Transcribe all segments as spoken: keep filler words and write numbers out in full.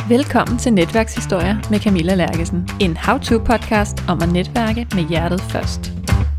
Velkommen til Netværkshistorier med Camilla Lerkesen. En how-to-podcast om at netværke med hjertet først.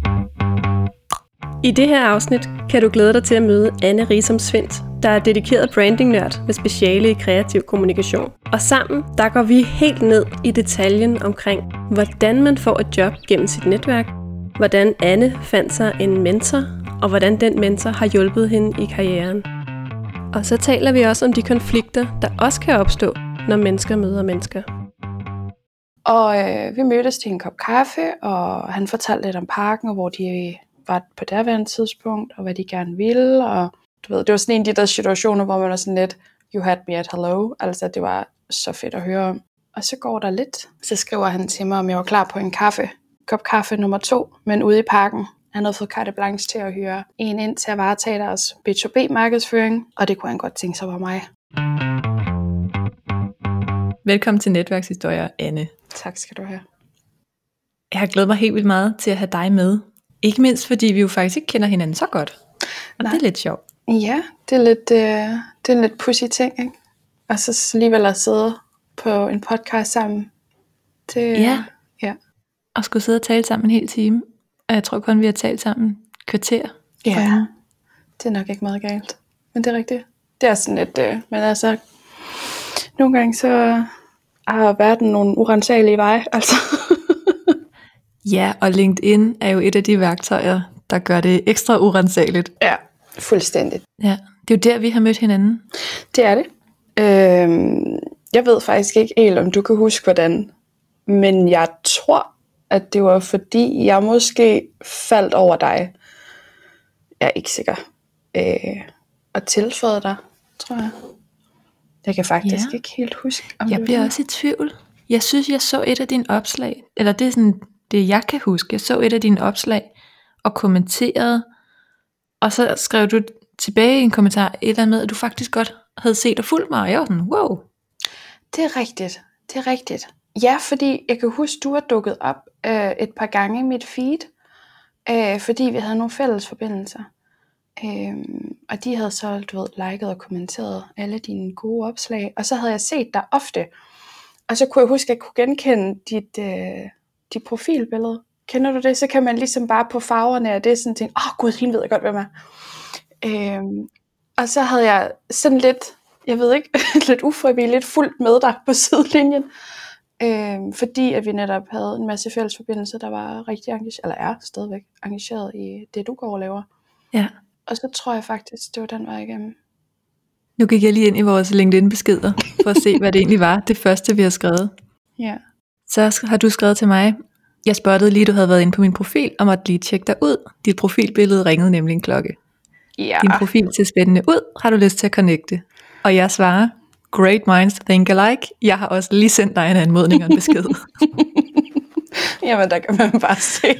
I det her afsnit kan du glæde dig til at møde Anne Risom Svindt, der er dedikeret branding-nørd med speciale i kreativ kommunikation. Og sammen, der går vi helt ned i detaljen omkring, hvordan man får et job gennem sit netværk, hvordan Anne fandt sig en mentor, og hvordan den mentor har hjulpet hende i karrieren. Og så taler vi også om de konflikter, der også kan opstå, når mennesker møder mennesker. Og øh, vi mødtes til en kop kaffe, og han fortalte lidt om parken, og hvor de var på derværende tidspunkt, og hvad de gerne ville. Og du ved, det var sådan en af de der situationer, hvor man var sådan lidt, you had me at hello. Altså, det var så fedt at høre om. Og så går der lidt, så skriver han til mig, om jeg var klar på en kaffe. Kop kaffe nummer to, men ude i parken. Han havde fået carte blanche til at hyre en ind til at varetage deres B to B-markedsføring, og det kunne han godt tænke sig var mig. Velkommen til Netværkshistorier, Anne. Tak skal du have. Jeg har glædet mig helt vildt meget til at have dig med. Ikke mindst fordi vi jo faktisk ikke kender hinanden så godt. Og Nej. Det er lidt sjovt. Ja, det er lidt, øh, det er en lidt pussy ting, ikke? Og så alligevel at sidde på en podcast sammen. Det, ja. ja. Og skulle sidde og tale sammen en hel time. Og jeg tror kun vi har talt sammen kvarter. Ja, det er nok ikke meget galt. Men det er rigtigt. Det er sådan lidt, øh, men altså, nogle gange så har verden nogle urensagelige veje, altså. Ja, og LinkedIn er jo et af de værktøjer, der gør det ekstra urensageligt. Ja, fuldstændigt. Ja, det er jo der, vi har mødt hinanden. Det er det. Øhm, jeg ved faktisk ikke helt, om du kan huske, hvordan. Men jeg tror, at det var fordi, jeg måske faldt over dig. Jeg er ikke sikker. Øh, og tilføjede dig, tror jeg. Jeg kan faktisk ja. ikke helt huske. Om jeg bliver også i tvivl. Jeg synes, jeg så et af dine opslag. Eller det er sådan det, jeg kan huske. Jeg så et af dine opslag og kommenterede. Og så skrev du tilbage i en kommentar et eller andet med, at du faktisk godt havde set og fulgt mig. Og jeg var sådan, wow. Det er rigtigt. Det er rigtigt. Ja, fordi jeg kan huske, du har dukket op øh, et par gange i mit feed. Øh, fordi vi havde nogle fælles forbindelser. Øhm, og de havde så, du ved, liket og kommenteret alle dine gode opslag. Og så havde jeg set dig ofte. Og så kunne jeg huske, at jeg kunne genkende dit, øh, dit profilbillede. Kender du det? Så kan man ligesom bare på farverne af det sådan tænke, åh oh, gud, hende ved jeg godt, hvem er. Øhm, og så havde jeg sådan lidt, jeg ved ikke, lidt ufrivilligt fulgt med dig på sidelinjen. Øhm, fordi at vi netop havde en masse fælles forbindelser, der var rigtig engageret, eller er stadigvæk engageret i det, du går og laver. Ja. Og så tror jeg faktisk, det var den vej igennem. Nu gik jeg lige ind i vores LinkedIn-beskeder, for at se, hvad det egentlig var, det første vi har skrevet. Ja. Så har du skrevet til mig, jeg spottede lige, du havde været inde på min profil, og måtte lige tjekke dig ud. Dit profilbillede ringede nemlig en klokke. Ja. Din profil ser spændende ud, har du lyst til at connecte? Og jeg svarer, great minds think alike. Jeg har også lige sendt dig en anmodning og en besked. Jamen, der kan man bare se.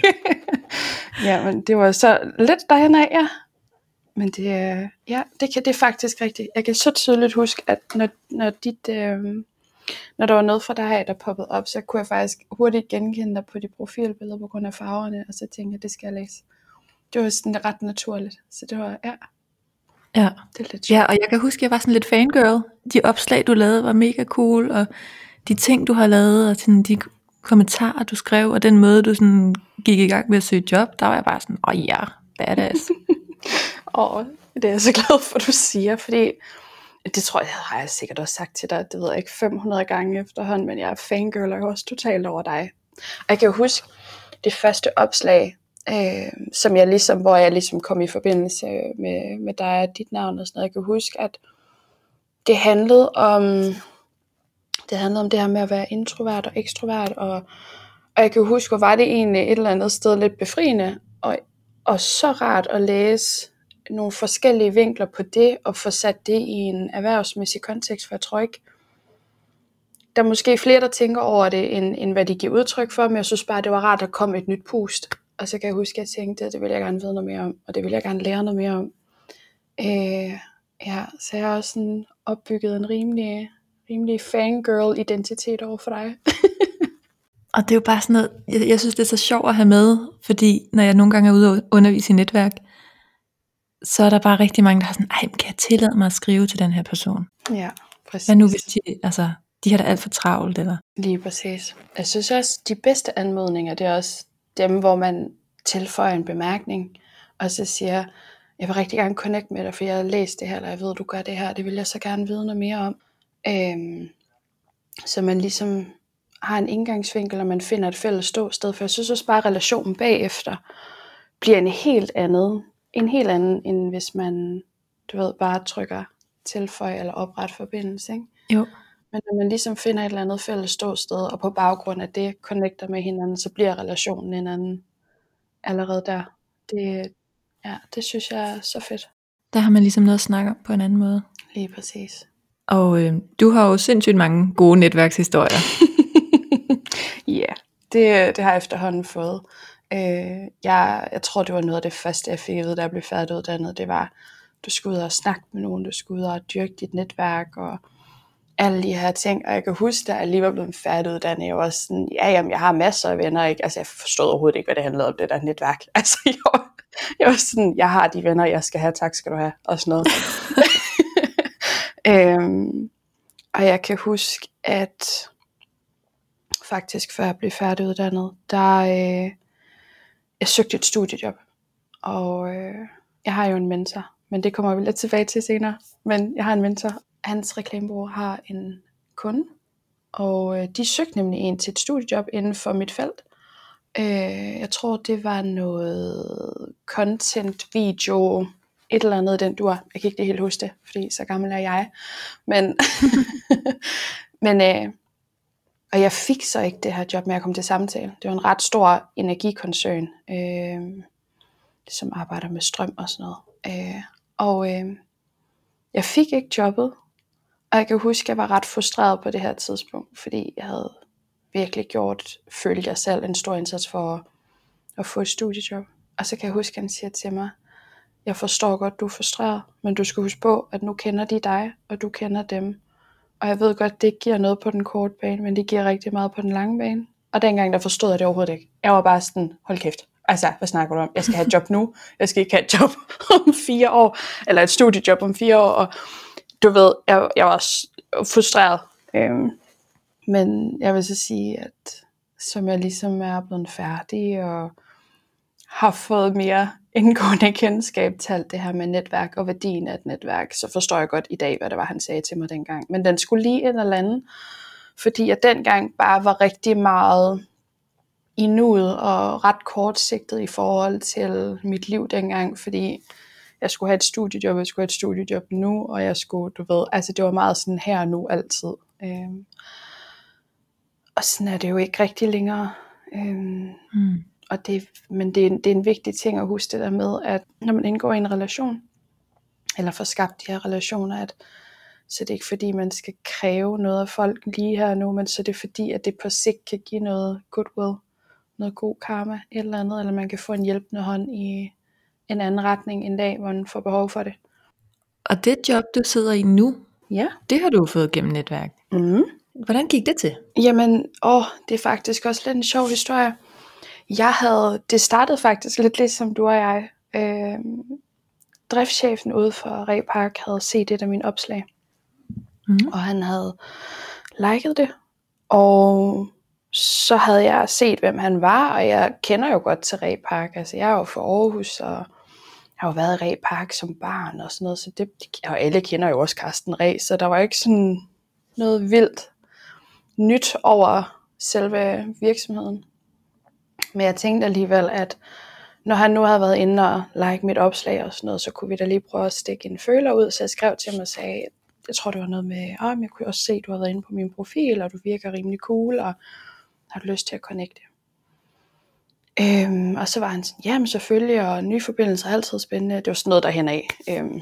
Jamen, det var så lidt derhen af, ja. Men det, ja, det, kan, det er faktisk rigtigt. Jeg kan så tydeligt huske, at når, når, dit, øh, når der var noget fra dig, der poppede op, så kunne jeg faktisk hurtigt genkende dig på dit profilbillede på grund af farverne, og så tænkte jeg, det skal jeg læse. Det var sådan ret naturligt. Så det var, ja. Ja. Det er lidt ja, og jeg kan huske, at jeg var sådan lidt fangirl. De opslag, du lavede, var mega cool, og de ting, du har lavet, og sådan de kommentarer, du skrev, og den måde, du sådan gik i gang med at søge job, der var jeg bare sådan, åh ja, badass. Åh, det er jeg så glad for, at du siger, fordi det tror jeg, har jeg sikkert også sagt til dig, det ved jeg ikke fem hundrede gange efterhånden, men jeg er fangirl og også totalt over dig. Og jeg kan jo huske det første opslag, øh, som jeg ligesom, hvor jeg ligesom kom i forbindelse med, med dig og dit navn og sådan noget. Jeg kan huske, at det handlede om det handlede om det her med at være introvert og ekstrovert, og, og jeg kan huske, hvor var det egentlig et eller andet sted lidt befriende, og, og så rart at læse nogle forskellige vinkler på det, og få sat det i en erhvervsmæssig kontekst, for jeg tror ikke, der er måske flere, der tænker over det, end, end hvad de giver udtryk for, men jeg synes bare, det var rart, at der kom et nyt pust, og så kan jeg huske, at jeg tænkte, at det vil jeg gerne vide noget mere om, og det vil jeg gerne lære noget mere om. Øh, ja, så jeg har også sådan opbygget en rimelig, rimelig fangirl-identitet over for dig. Og det er jo bare sådan noget, jeg, jeg synes, det er så sjovt at have med, fordi når jeg nogle gange er ude og undervise i netværk, så er der bare rigtig mange, der har sådan, ej, kan jeg tillade mig at skrive til den her person? Ja, præcis. Hvad nu hvis de, altså, de har da alt for travlt, eller? Lige præcis. Jeg synes også, de bedste anmodninger, det er også dem, hvor man tilføjer en bemærkning, og så siger, jeg vil rigtig gerne connect med dig, for jeg har læst det her, eller jeg ved, du gør det her, det vil jeg så gerne vide noget mere om. Øhm, så man ligesom har en indgangsvinkel, og man finder et fælles ståsted, for jeg synes også bare, at relationen bagefter bliver en helt anden, en helt anden, end hvis man, du ved, bare trykker tilføj eller opret forbindelse, ikke? Jo. Men når man ligesom finder et eller andet fælles ståsted, og på baggrund af det connecter med hinanden, så bliver relationen en anden allerede der. Det, ja, det synes jeg er så fedt. Der har man ligesom noget at snakke om på en anden måde. Lige præcis. Og øh, du har jo sindssygt mange gode netværkshistorier. Ja, yeah, det, det har jeg efterhånden fået. Øh, jeg, jeg tror, det var noget af det første, jeg fik at vide, da jeg blev færdiguddannet. Det var, du skulle ud og snakke med nogen, du skulle ud og dyrke dit netværk, og alle de her ting. Og jeg kan huske, da jeg lige var blevet færdiguddannet, jeg var sådan, ja, jamen, jeg har masser af venner, ikke? Altså, jeg forstod overhovedet ikke, hvad det handlede om, det der netværk. Altså, jeg var, jeg var sådan, jeg har de venner, jeg skal have, tak skal du have, og sådan noget. øhm, og jeg kan huske, at faktisk før jeg blev færdiguddannet, der øh, jeg søgte et studiejob, og øh, jeg har jo en mentor, men det kommer vi lidt tilbage til senere, men jeg har en mentor. Hans reklamebureau har en kunde, og øh, de søgte nemlig en til et studiejob inden for mit felt. Øh, jeg tror det var noget content, video, et eller andet den dur. Jeg kan ikke det helt huske det, fordi så gammel er jeg. Men, men øh, og jeg fik så ikke det her job med at komme til samtale. Det var en ret stor energikoncern, øh, som arbejder med strøm og sådan noget. Øh, og øh, jeg fik ikke jobbet, og jeg kan huske, at jeg var ret frustreret på det her tidspunkt, fordi jeg havde virkelig gjort, følte jeg selv, en stor indsats for at, at få et studiejob. Og så kan jeg huske, at han siger til mig, jeg forstår godt, du er frustreret, men du skal huske på, at nu kender de dig, og du kender dem. Og jeg ved godt, det ikke giver noget på den korte bane, men det giver rigtig meget på den lange bane. Og dengang, der forstod jeg det overhovedet ikke. Jeg var bare sådan, hold kæft. Altså, hvad snakker du om? Jeg skal have et job nu. Jeg skal ikke have et job om fire år. Eller et studiejob om fire år. Og du ved, jeg, jeg var frustreret. Øhm, men jeg vil så sige, at som jeg ligesom er blevet færdig, og har fået mere indgående kendskab til alt det her med netværk og værdien af et netværk, så forstår jeg godt i dag, hvad det var, han sagde til mig dengang. Men den skulle lige ind eller anden, fordi jeg dengang bare var rigtig meget i nuet og ret kortsigtet i forhold til mit liv dengang, fordi jeg skulle have et studiejob, jeg skulle have et studiejob nu, og jeg skulle, du ved, altså det var meget sådan her og nu altid. Øhm, og sådan er det jo ikke rigtig længere. Øhm, mm. Og det, men det er, det er en vigtig ting at huske det der med, at når man indgår i en relation, eller får skabt de her relationer, at så det er ikke fordi, man skal kræve noget af folk lige her nu, men så det er fordi, at det på sigt kan give noget goodwill, noget god karma, et eller andet, eller man kan få en hjælpende hånd i en anden retning en dag, hvor man får behov for det. Og det job, du sidder i nu, ja, det har du fået gennem netværk. Mm. Hvordan gik det til? Jamen, åh, det er faktisk også lidt en sjov historie. Jeg havde, det startede faktisk lidt ligesom du og jeg. Øh, driftschefen ude for Repark havde set et af mine opslag. Mm. Og han havde liket det. Og så havde jeg set, hvem han var, og jeg kender jo godt til Repark. Altså, jeg er jo fra Aarhus, og jeg har jo været i Repark som barn og sådan noget. Så det, og alle kender jo også Carsten Reh, så der var ikke sådan noget vildt nyt over selve virksomheden. Men jeg tænkte alligevel, at når han nu havde været inde og like mit opslag og sådan noget, så kunne vi da lige prøve at stikke en føler ud. Så jeg skrev til ham og sagde, jeg tror det var noget med, åh, oh, jeg kunne også se, at du har været inde på min profil, og du virker rimelig cool, og har du lyst til at connecte? Øhm, og så var han sådan, jamen selvfølgelig, og nye forbindelser er altid spændende. Det var sådan noget derhen af. Øhm.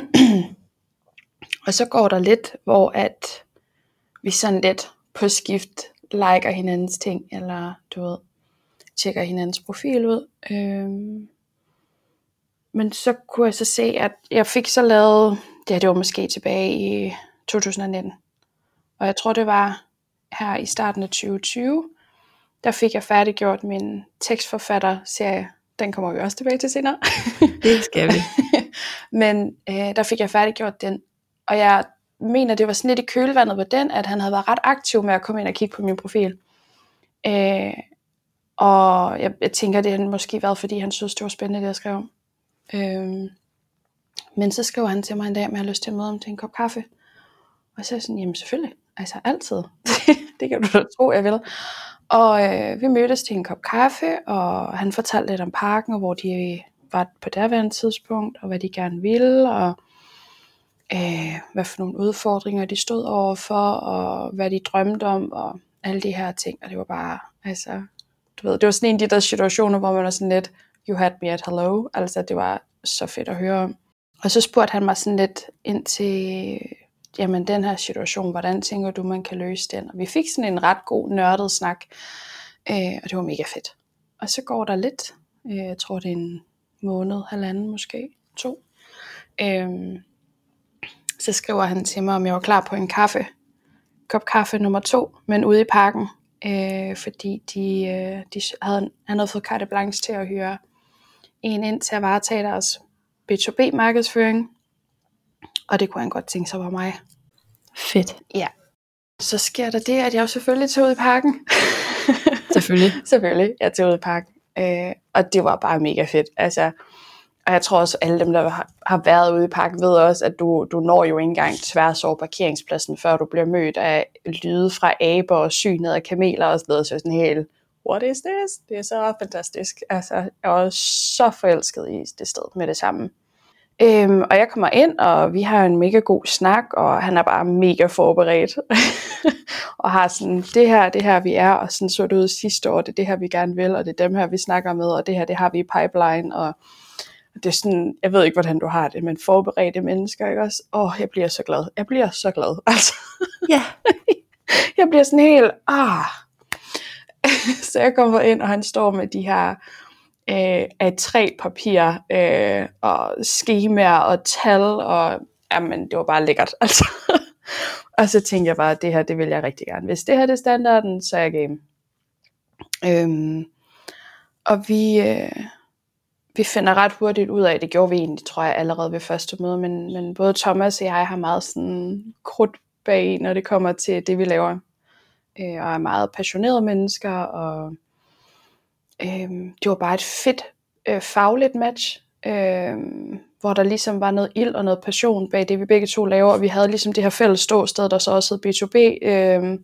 Og så går der lidt, hvor at vi sådan lidt på skift liker hinandens ting, eller du ved, tjekker hinandens profil ud. Øhm. Men så kunne jeg så se, at jeg fik så lavet, ja, det var måske tilbage i to tusind nitten. Og jeg tror, det var her i starten af tyve tyve, der fik jeg færdiggjort min tekstforfatter-serie. Den kommer vi også tilbage til senere. Det skal vi. Men øh, der fik jeg færdiggjort den, og jeg mener, det var sådan lidt i kølvandet på den, at han havde været ret aktiv med at komme ind og kigge på min profil. Øh, og jeg, jeg tænker, det har måske været, fordi han synes, det var spændende, det jeg skrev. Øh, men så skriver han til mig en dag, om jeg har lyst til at møde ham til en kop kaffe. Og så er jeg sådan, jamen selvfølgelig, altså altid. Det kan du da tro, jeg vil. Og øh, vi mødtes til en kop kaffe, og han fortalte lidt om parken, og hvor de var på derværende tidspunkt, og hvad de gerne ville, og øh, hvad for nogle udfordringer de stod overfor, og hvad de drømte om, og alle de her ting. Og det var bare, altså, du ved, det var sådan en af de der situationer, hvor man var sådan lidt, you had me at hello. Altså, det var så fedt at høre om. Og så spurgte han mig sådan lidt ind til, jamen den her situation, hvordan tænker du, man kan løse den? Og vi fik sådan en ret god nørdet snak, øh, og det var mega fedt. Og så går der lidt, øh, jeg tror det er en måned, halvanden måske, to. Øh, så skriver han til mig, om jeg var klar på en kaffe, kop kaffe nummer to, men ude i parken, øh, fordi de, øh, de havde, han havde fået carte blanche til at hyre en ind til at varetage deres B to B markedsføring, og det kunne han godt tænke sig var mig. Fedt. Ja. Så sker der det, at jeg jo selvfølgelig tager ud i parken. Selvfølgelig. selvfølgelig, jeg tager ud i parken. Øh, og det var bare mega fedt. Altså, og jeg tror også, alle dem, der har, har været ude i parken, ved også, at du, du når jo ikke engang tværs over parkeringspladsen, før du bliver mødt af lyde fra aber og synet af kameler og sådan noget. Så sådan helt, what is this? Det er så fantastisk. Altså, jeg var så forelsket i det sted med det samme. Øhm, og jeg kommer ind, og vi har en mega god snak, og han er bare mega forberedt. og har sådan, det her, det her vi er, og sådan så det ud sidste år, det er det her vi gerne vil, og det er dem her vi snakker med, og det her, det har vi i pipeline, og det er sådan, jeg ved ikke hvordan du har det, men forberedte mennesker, ikke også? Åh, jeg bliver så glad, jeg bliver så glad, altså. Ja. jeg bliver sådan helt, ah. så jeg kommer ind, og han står med de her Øh, A tre papir øh, og skemaer og tal, og jamen, det var bare lækkert, altså. og så tænkte jeg bare, at det her, det vil jeg rigtig gerne. Hvis det her det er standarden, så er jeg game. Øhm, og vi, øh, vi finder ret hurtigt ud af, det gjorde vi egentlig, tror jeg, allerede ved første møde, men, men både Thomas og jeg har meget sådan krudt bag, når det kommer til det, vi laver. Øh, og er meget passionerede mennesker, og Øhm, det var bare et fedt øh, fagligt match, øhm, hvor der ligesom var noget ild og noget passion bag det, vi begge to laver, og vi havde ligesom det her fælles ståsted, der så også hed B to B, øhm,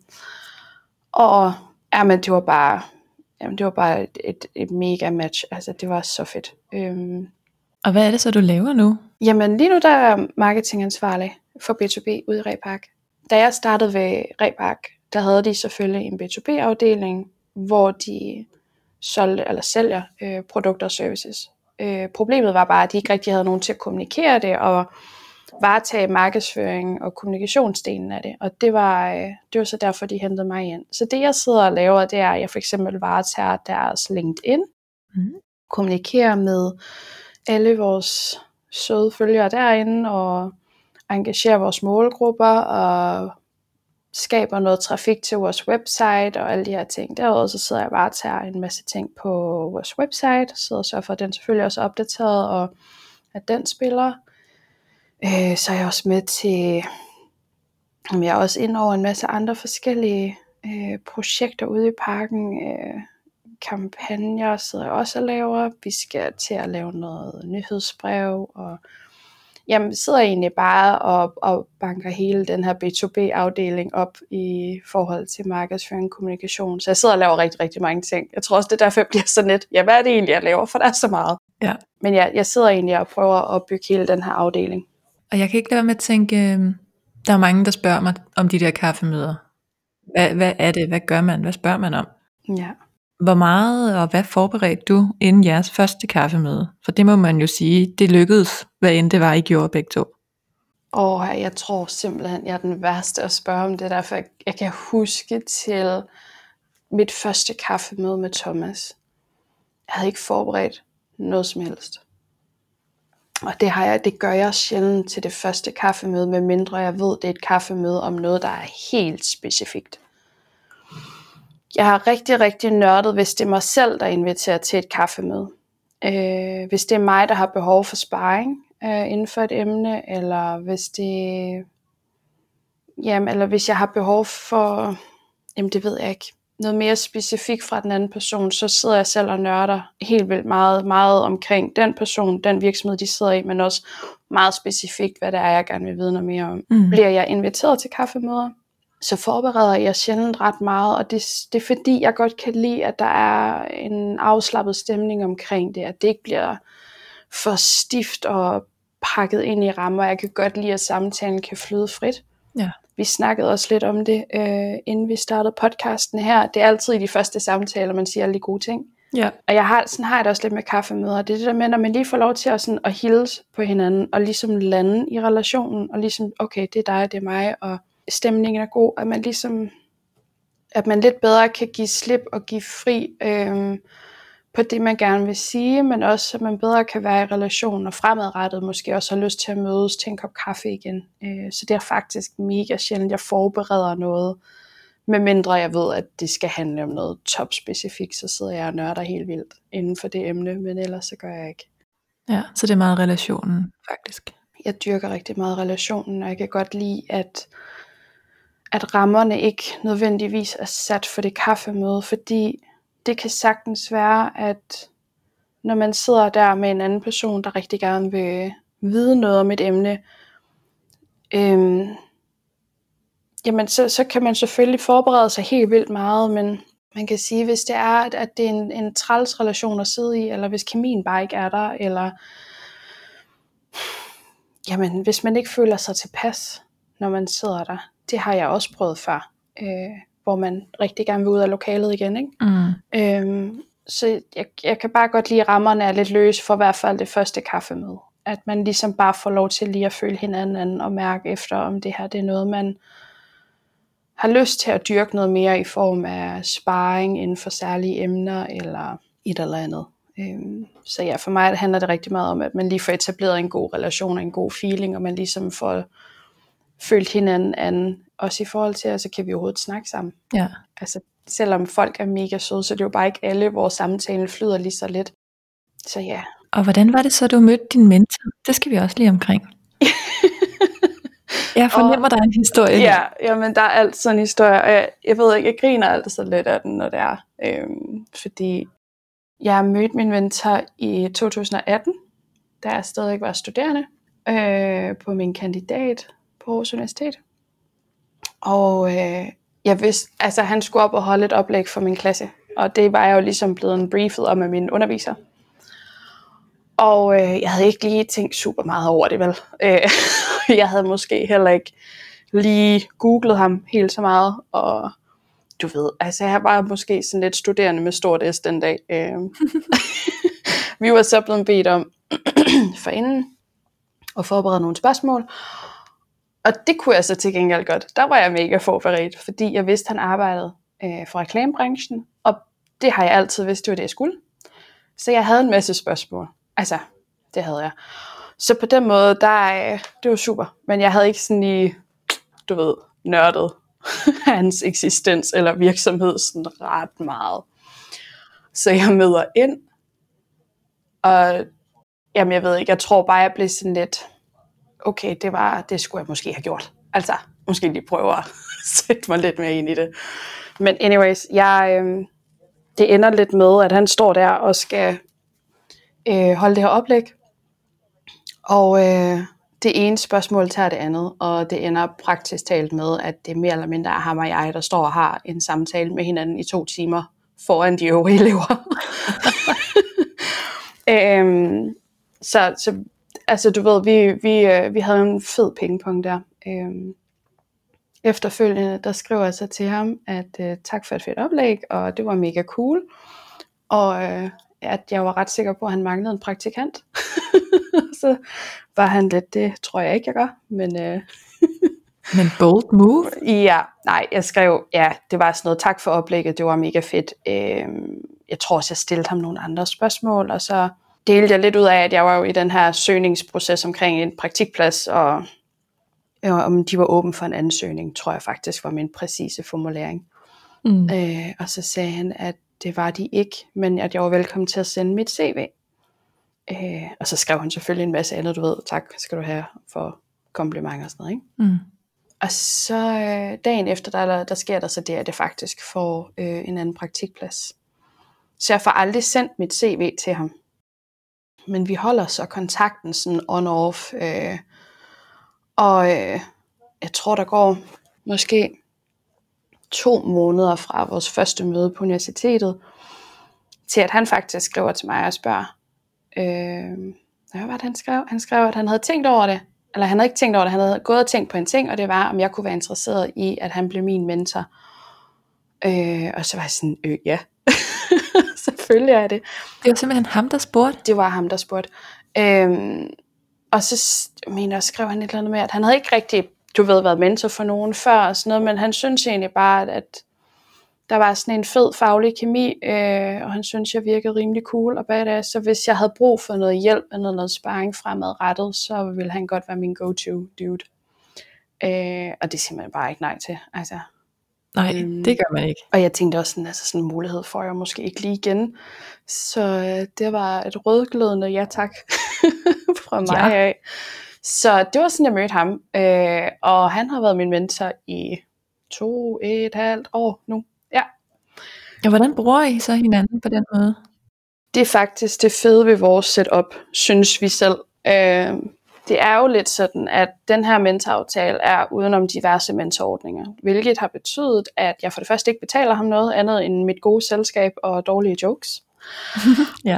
og jamen, det var bare, jamen, det var bare et, et, et mega match, altså det var så fedt. Øhm, Og hvad er det så, du laver nu? Jamen lige nu der er jeg marketingansvarlig for B to B ude i Repark. Da jeg startede ved Repark, der havde de selvfølgelig en B to B afdeling, hvor de solgte eller sælger øh, produkter og services. Øh, problemet var bare, at de ikke rigtig havde nogen til at kommunikere det, og varetage markedsføring og kommunikationsdelen af det. Og det var, øh, det var så derfor, de hentede mig ind. Så det jeg sidder og laver, det er, at jeg for eksempel varetager deres LinkedIn, mm. kommunikerer med alle vores søde følgere derinde, og engagerer vores målgrupper, og skaber noget trafik til vores website og alle de her ting. Derudover så sidder jeg bare og tager en masse ting på vores website, sidder og sørger for, at den selvfølgelig også er opdateret, og at den spiller. Øh, så er jeg også med til, jeg er også inde over en masse andre forskellige øh, projekter ude i parken, øh, kampagner sidder jeg også og laver. Vi skal til at lave noget nyhedsbrev, og jamen, sidder egentlig bare og, og banker hele den her B to B afdeling op i forhold til markedsføring og kommunikation. Så jeg sidder og laver rigtig, rigtig mange ting. Jeg tror også, det er derfor, jeg bliver så net. Ja, hvad er det egentlig, jeg laver? For der er så meget. Ja. Men jeg, jeg sidder egentlig og prøver at bygge hele den her afdeling. Og jeg kan ikke lade være med at tænke, der er mange, der spørger mig om de der kaffemøder. Hvad, hvad er det? Hvad gør man? Hvad spørger man om? Ja. Hvor meget og hvad forberedte du inden jeres første kaffemøde? For det må man jo sige, det lykkedes, hvad end det var, I gjorde begge to. Åh, jeg tror simpelthen, jeg er den værste at spørge om det, derfor jeg, jeg kan huske til mit første kaffemøde med Thomas. Jeg havde ikke forberedt noget som helst. Og det, har jeg, det gør jeg sjældent til det første kaffemøde, med mindre jeg ved, det er et kaffemøde om noget, der er helt specifikt. Jeg har rigtig, rigtig nørdet, hvis det er mig selv, der inviterer til et kaffemøde. Øh, hvis det er mig, der har behov for sparring øh, inden for et emne, eller hvis det jamen, eller hvis jeg har behov for, jamen det ved jeg ikke, noget mere specifikt fra den anden person, så sidder jeg selv og nørder helt vildt meget, meget omkring den person, den virksomhed, de sidder i, men også meget specifikt, hvad det er, jeg gerne vil vide noget mere om. Mm. Bliver jeg inviteret til kaffemøder, så forbereder jeg sjældent ret meget, og det, det er fordi, jeg godt kan lide, at der er en afslappet stemning omkring det, at det ikke bliver for stift og pakket ind i rammer. Jeg kan godt lide, at samtalen kan flyde frit. Ja. Vi snakkede også lidt om det, øh, inden vi startede podcasten her. Det er altid i de første samtaler, man siger alle de gode ting. Ja. Og jeg har, sådan har jeg det også lidt med kaffemøder. Det er det der med, når man lige får lov til at, sådan, at hilse på hinanden, og ligesom lande i relationen, og ligesom, okay, det er dig, det er mig, og stemningen er god, at man ligesom, at man lidt bedre kan give slip og give fri øh, på det, man gerne vil sige, men også, at man bedre kan være i relation, og fremadrettet måske også har lyst til at mødes til en kop kaffe igen. Øh, så det er faktisk mega sjældent, jeg forbereder noget, medmindre jeg ved, at det skal handle om noget topspecifikt, så sidder jeg og nørder helt vildt inden for det emne, men ellers så gør jeg ikke. Ja, så det er meget relationen, faktisk. Jeg dyrker rigtig meget relationen, og jeg kan godt lide, at, at rammerne ikke nødvendigvis er sat for det kaffemøde, fordi det kan sagtens være, at når man sidder der med en anden person, der rigtig gerne vil vide noget om et emne, øhm, jamen så, så kan man selvfølgelig forberede sig helt vildt meget, men man kan sige, hvis det er, at, at det er en, en træls relation at sidde i, eller hvis kemien bare ikke er der, eller jamen, hvis man ikke føler sig tilpas, når man sidder der, det har jeg også prøvet før, øh, hvor man rigtig gerne vil ud af lokalet igen, ikke? Mm. Øhm, så jeg, jeg kan bare godt lide, at rammerne er lidt løse for i hvert fald det første kaffemøde. At man ligesom bare får lov til lige at føle hinanden og mærke efter, om det her det er noget, man har lyst til at dyrke noget mere i form af sparring inden for særlige emner eller et eller andet. Øhm, så ja, for mig det handler det rigtig meget om, at man lige får etableret en god relation og en god feeling, og man ligesom får følt hinanden an, også i forhold til, altså kan vi overhovedet snakke sammen. Ja. Altså selvom folk er mega søde, så det er jo bare ikke alle, hvor samtalen flyder lige så let. Så ja. Og hvordan var det så, du mødte din mentor? Det skal vi også lige omkring. Jeg fornemmer, og, der er en historie. Ja, jamen der er altid sådan en historie, og jeg, jeg ved ikke, jeg griner altid så lidt af den, når det er. Øhm, fordi jeg mødte min mentor i to tusind og atten, da jeg stadig var studerende, øh, på min kandidat på Aarhus Universitet. Og øh, jeg vidste, altså han skulle op og holde et oplæg for min klasse, og det var jeg jo ligesom blevet briefet om af min underviser. Og øh, jeg havde ikke lige tænkt super meget over det, vel. Øh, jeg havde måske heller ikke lige googlet ham helt så meget, og du ved, altså jeg var måske sådan lidt studerende med stort S den dag. Øh. Vi var så blevet bedt om forinden at forberede nogle spørgsmål, og det kunne jeg så til gengæld godt. Der var jeg mega forberedt, fordi jeg vidste, at han arbejdede øh, for reklamebranchen, og det har jeg altid vidst, det var det, jeg skulle. Så jeg havde en masse spørgsmål. Altså, det havde jeg. Så på den måde, der, det var super. Men jeg havde ikke sådan lige, du ved, nørdet hans eksistens eller virksomhed sådan ret meget. Så jeg møder ind, og jamen jeg ved ikke, jeg tror bare, jeg blev sådan lidt, okay, det var, det skulle jeg måske have gjort. Altså, måske lige prøve at sætte mig lidt mere ind i det. Men anyways, jeg, øh, det ender lidt med, at han står der og skal øh, holde det her oplæg. Og øh, det ene spørgsmål tager det andet, og det ender praktisk talt med, at det er mere eller mindre er ham og jeg, der står og har en samtale med hinanden i to timer foran de øvrige elever. øhm, så, så altså du ved, vi, vi, vi havde en fed pingpong der. Øhm, efterfølgende, der skriver jeg så til ham, at øh, tak for et fedt oplæg, og det var mega cool. Og øh, at jeg var ret sikker på, at han manglede en praktikant. Så var han lidt, det tror jeg ikke, jeg gør. Men, øh, men bold move? Ja, nej, jeg skrev, ja, det var sådan noget, tak for oplægget, det var mega fedt. Øh, jeg tror også, jeg stillede ham nogle andre spørgsmål, og så delte jeg lidt ud af, at jeg var jo i den her søgningsproces omkring en praktikplads, og øh, om de var åbne for en ansøgning, tror jeg faktisk var min præcise formulering. Mm. Øh, og så sagde han, at det var de ikke, men at jeg var velkommen til at sende mit C V. Øh, og så skrev han selvfølgelig en masse andet, du ved, tak skal du have for komplimenter og sådan noget, ikke? Mm. og så øh, dagen efter, der, der sker der så det, at jeg faktisk får øh, en anden praktikplads. Så jeg får aldrig sendt mit C V til ham. Men vi holder så kontakten sådan on-off. Øh, og øh, jeg tror, der går måske to måneder fra vores første møde på universitetet, til at han faktisk skriver til mig og spørger, øh, hvad var det, han skrev? Han skrev, at han havde tænkt over det, eller han havde ikke tænkt over det, han havde gået og tænkt på en ting, og det var, om jeg kunne være interesseret i, at han blev min mentor. Øh, og så var jeg sådan, øh, ja, selvfølgelig er det. Det var simpelthen ham, der spurgte? Det var ham, der spurgte. Øh, og så mener jeg, skrev han et eller andet med, at han havde ikke rigtig, du ved, været mentor for nogen før, og sådan noget, men han synes egentlig bare, at, at der var sådan en fed faglig kemi, øh, og han synes, jeg virkede rimelig cool og badass, så hvis jeg havde brug for noget hjælp eller noget sparring fremadrettet, så ville han godt være min go-to dude. Øh, og det siger man bare ikke nej til. Altså, nej, øhm, det gør man ikke. Og jeg tænkte også, sådan, altså sådan en mulighed får jeg måske ikke lige igen. Så øh, det var et rødglødende ja tak fra mig ja. af. Så det var sådan, jeg mødte ham. Øh, og han har været min mentor i to, et halvt år nu. Ja. Og hvordan bruger I så hinanden på den måde? Det er faktisk det fede ved vores setup, synes vi selv. Øh, det er jo lidt sådan, at den her mentoraftale er udenom diverse mentorordninger, hvilket har betydet, at jeg for det første ikke betaler ham noget andet end mit gode selskab og dårlige jokes. Ja.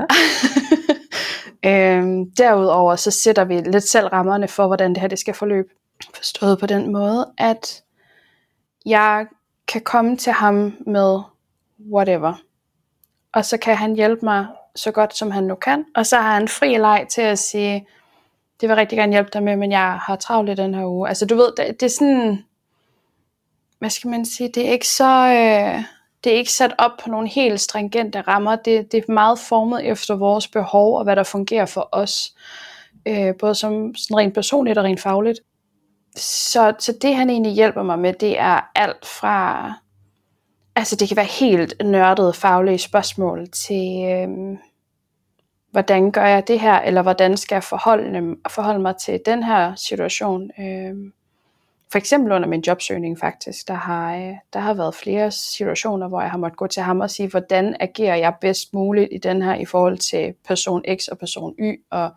øh, derudover så sætter vi lidt selv rammerne for, hvordan det her det skal forløbe. Forstået på den måde, at jeg kan komme til ham med whatever. Og så kan han hjælpe mig så godt, som han nu kan. Og så har han fri leg til at sige, det vil rigtig gerne hjælpe dig med, men jeg har travlt i den her uge. Altså du ved, det, det er sådan, hvad skal man sige, det er ikke så, øh, det er ikke sat op på nogle helt stringente rammer. Det, det er meget formet efter vores behov, og hvad der fungerer for os. Øh, både som sådan rent personligt og rent fagligt. Så, så det han egentlig hjælper mig med, det er alt fra, altså det kan være helt nørdede faglige spørgsmål til, øhm, hvordan gør jeg det her, eller hvordan skal jeg forholde, forholde mig til den her situation. Øhm, for eksempel under min jobsøgning faktisk, der har, øh, der har været flere situationer, hvor jeg har måttet gå til ham og sige, hvordan agerer jeg bedst muligt i den her, i forhold til person X og person Y, og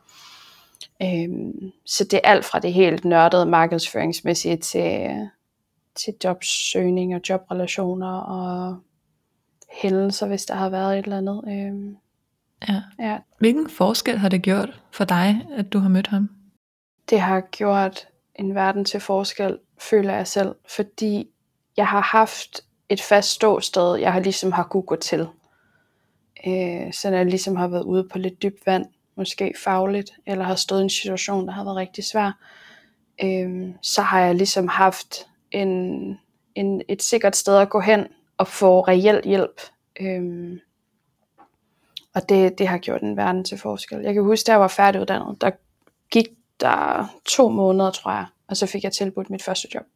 øhm, så det er alt fra det helt nørdede markedsføringsmæssige til, til jobsøgning og jobrelationer og hændelser, hvis der har været et eller andet. Øhm, ja. Ja. Hvilken forskel har det gjort for dig, at du har mødt ham? Det har gjort en verden til forskel, føler jeg selv, fordi jeg har haft et fast ståsted, jeg har ligesom har kunne gå til. Øh, så når jeg ligesom har været ude på lidt dybt vand, måske fagligt, eller har stået i en situation, der har været rigtig svær, øh, så har jeg ligesom haft en, en, et sikkert sted at gå hen og få reel hjælp. Øh, og det, det har gjort en verden til forskel. Jeg kan huske, da jeg var færdiguddannet, der gik der to måneder, tror jeg, og så fik jeg tilbudt mit første job.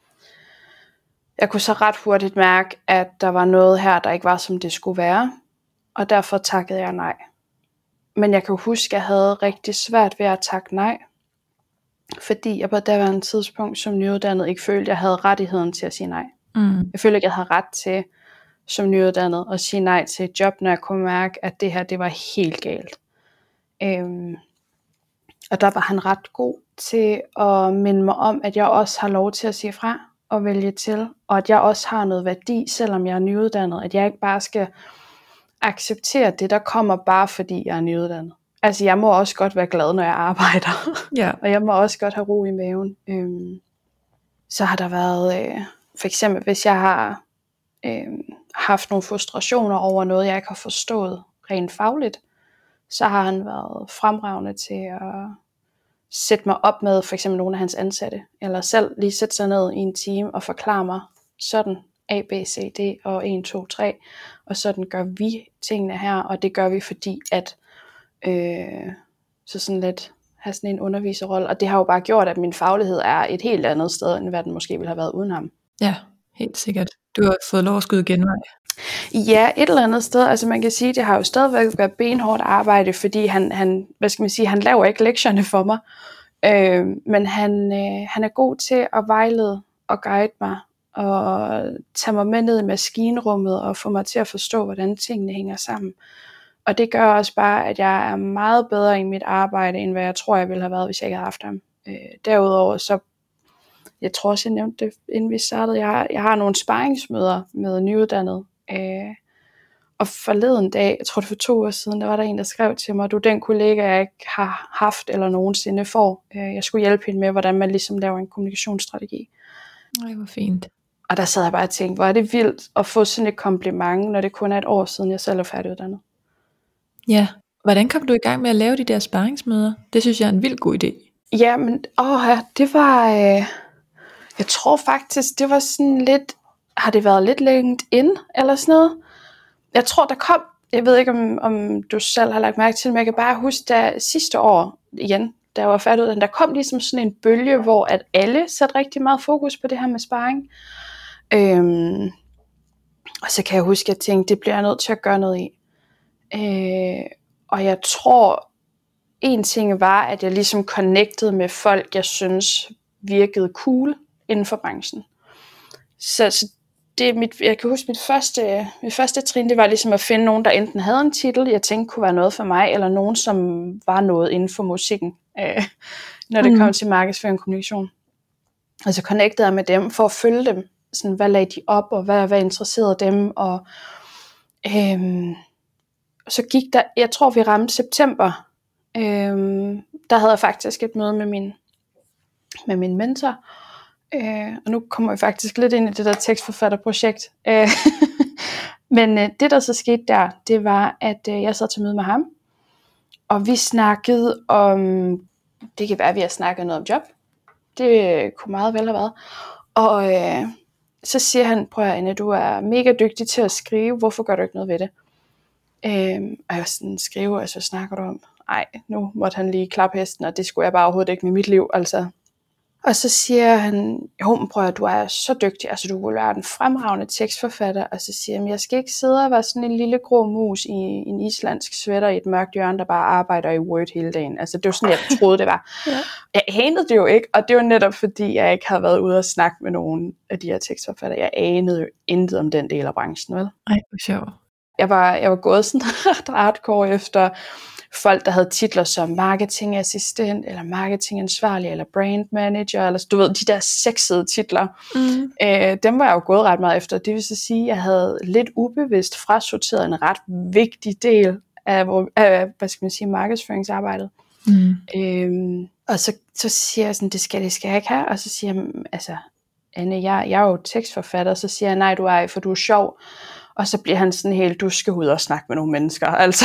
Jeg kunne så ret hurtigt mærke, at der var noget her, der ikke var, som det skulle være, og derfor takkede jeg nej. Men jeg kan huske, at jeg havde rigtig svært ved at takke nej, fordi jeg på daværende tidspunkt som nyuddannet ikke følte, at jeg havde rettigheden til at sige nej. Mm. Jeg følte ikke, at jeg havde ret til som nyuddannet at sige nej til et job, når jeg kunne mærke, at det her det var helt galt. Øhm, og der var han ret god til at minde mig om, at jeg også har lov til at sige fra og vælge til, og at jeg også har noget værdi, selvom jeg er nyuddannet, at jeg ikke bare skal acceptere det, der kommer bare fordi jeg er nyuddannet. Altså jeg må også godt være glad, når jeg arbejder, Ja. og jeg må også godt have ro i maven. Øhm, så har der været, øh, for eksempel hvis jeg har øh, haft nogle frustrationer over noget, jeg ikke har forstået rent fagligt, så har han været fremragende til at sætte mig op med for eksempel nogle af hans ansatte, eller selv lige sætte sig ned i en time og forklare mig sådan A, B, C, D og et, to, tre, og sådan gør vi tingene her, og det gør vi fordi at øh, så sådan lidt have sådan en underviserrolle, og det har jo bare gjort, at min faglighed er et helt andet sted, end hvad den måske ville have været uden ham. Ja, helt sikkert. Du har fået lov at skyde genvej. Ja, et eller andet sted, altså man kan sige, det har jo stadigvæk været benhårdt arbejde, fordi han, han, hvad skal man sige, han laver ikke lektierne for mig, øh, men han, øh, han er god til at vejlede at guide mig, og tage mig med ned i maskinrummet, og få mig til at forstå, hvordan tingene hænger sammen. Og det gør også bare, at jeg er meget bedre i mit arbejde, end hvad jeg tror, jeg ville have været, hvis jeg ikke havde haft ham. Øh, derudover så, jeg tror også, jeg nævnte det, inden vi startede, jeg har, jeg har nogle sparringsmøder med nyuddannede. Øh, og forleden dag, jeg tror det for to år siden, der var der en, der skrev til mig, du er den kollega, jeg ikke har haft eller nogensinde får. Øh, jeg skulle hjælpe hende med, hvordan man ligesom laver en kommunikationsstrategi. Ej, hvor fint. Og der sad jeg bare og tænkte, hvor er det vildt at få sådan et kompliment, når det kun er et år siden, jeg selv er færdiguddannet. Ja, hvordan kom du i gang med at lave de der sparringsmøder? Det synes jeg er en vild god idé. Ja, men åh, det var, øh, jeg tror faktisk, det var sådan lidt, har det været lidt LinkedIn eller sådan noget? Jeg tror, der kom, jeg ved ikke, om, om du selv har lagt mærke til, men jeg kan bare huske, da sidste år igen, da jeg var færdiguddannet, der kom ligesom sådan en bølge, hvor at alle satte rigtig meget fokus på det her med sparring. Øhm, og så kan jeg huske, at jeg tænkte, det bliver jeg nødt til at gøre noget i. Øh, og jeg tror, en ting var, at jeg ligesom connectede med folk, jeg synes virkede cool inden for branchen. Så, så det er mit, jeg kan huske, mit første, mit første trin, det var ligesom at finde nogen, der enten havde en titel, jeg tænkte kunne være noget for mig, eller nogen, som var noget inden for musikken, øh, når det mm. kom til markedsføring og kommunikation. Og så connectede jeg med dem for at følge dem. Sådan, hvad lagde de op, og hvad, hvad interesserede dem, og øhm, så gik der, jeg tror vi ramte september, øhm, der havde jeg faktisk et møde med min, med min mentor, øh, og nu kommer jeg faktisk lidt ind i det der tekstforfatterprojekt, øh, men øh, det der så skete der, det var, at øh, jeg sad til møde med ham, og vi snakkede om, det kan være, at vi har snakket noget om job, det øh, kunne meget vel have været, og øh, så siger han, prøv at Anne, du er mega dygtig til at skrive, hvorfor gør du ikke noget ved det? Øhm, og jeg var sådan, skrive, og så snakker du om, ej, nu måtte han lige klappe hesten, og det skulle jeg bare overhovedet ikke med mit liv, altså. Og så siger han, jo, men prøv at du er så dygtig, altså du vil være en fremragende tekstforfatter, og så siger han, jeg skal ikke sidde og være sådan en lille grå mus i en islandsk sweater i et mørkt hjørne, der bare arbejder i Word hele dagen. Altså det var sådan, jeg troede, det var. Ja. Jeg anede det jo ikke, og det var netop fordi, jeg ikke havde været ude og snakke med nogen af de her tekstforfattere. Jeg anede jo intet om den del af branchen, vel? Ej, hvor sjovt. Jeg var, jeg var gået sådan ret hardcore efter folk, der havde titler som marketingassistent, eller marketingansvarlig, eller brand manager, eller du ved, de der sexede titler. Mm. Øh, dem var jeg jo gået ret meget efter. Det vil så sige, at jeg havde lidt ubevidst frasorteret en ret vigtig del af, af hvad skal man sige, markedsføringsarbejdet. Mm. Øhm, og så, så siger jeg sådan, det skal, det skal jeg ikke have. Og så siger jeg, altså, Anne, jeg, jeg er jo tekstforfatter, og så siger jeg, nej, du er, for du er sjov. Og så bliver han sådan helt, du skal ud og snakke med nogle mennesker, altså.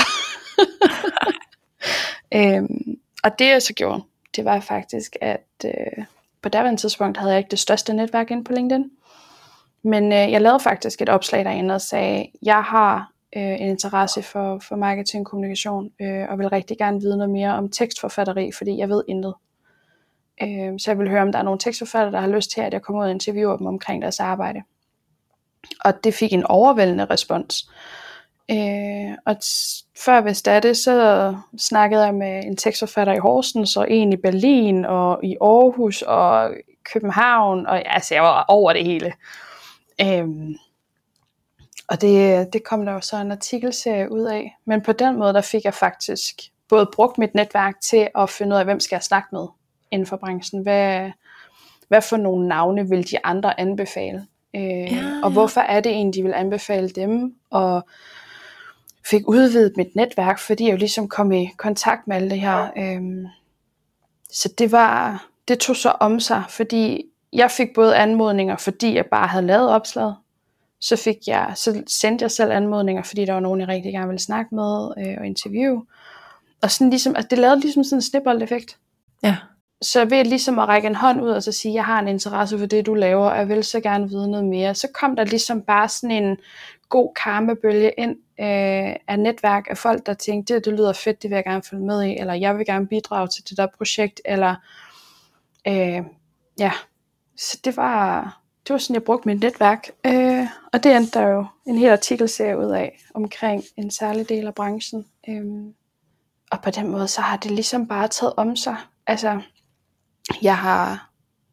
øhm, og det jeg så gjorde, det var faktisk, at øh, på daværende tidspunkt havde jeg ikke det største netværk inde på LinkedIn. Men øh, jeg lavede faktisk et opslag derinde og sagde, jeg har øh, en interesse for, for marketing og kommunikation, øh, og vil rigtig gerne vide noget mere om tekstforfatteri, fordi jeg ved intet. Øh, så jeg vil høre, om der er nogle tekstforfattere, der har lyst til, at jeg kommer ud og interviewer dem omkring deres arbejde. Og det fik en overvældende respons. Øh, og t- før jeg vidste af det, så snakkede jeg med en tekstforfatter i Horsens, og en i Berlin, og i Aarhus, og København, og altså jeg var over det hele. Øh, og det, det kom der jo så en artikelserie ud af. Men på den måde, der fik jeg faktisk både brugt mit netværk til at finde ud af, hvem skal jeg snakke med inden for branchen. Hvad, hvad for nogle navne vil de andre anbefale? Øh, ja, ja. Og hvorfor er det egentlig, de vil anbefale dem, og fik udvidet mit netværk, fordi jeg jo ligesom kom i kontakt med alle det her. Øh, så det var, det tog så om sig, fordi jeg fik både anmodninger, fordi jeg bare havde lavet opslaget, så fik jeg, så sendte jeg selv anmodninger, fordi der var nogen, jeg rigtig gerne ville snakke med øh, og interviewe, og sådan ligesom, altså det lavede ligesom sådan en snibboldeffekt. Ja. Så ved ligesom at række en hånd ud og så sige, jeg har en interesse for det, du laver, og jeg vil så gerne vide noget mere, så kom der ligesom bare sådan en god karmebølge ind øh, af netværk af folk, der tænkte, det, det lyder fedt, det vil jeg gerne følge med i, eller jeg vil gerne bidrage til det der projekt, eller øh, ja, så det var, det var sådan, jeg brugte mit netværk, øh, og det endte der jo en hel artikelserie ud af, omkring en særlig del af branchen, øh, og på den måde, så har det ligesom bare taget om sig, altså, jeg har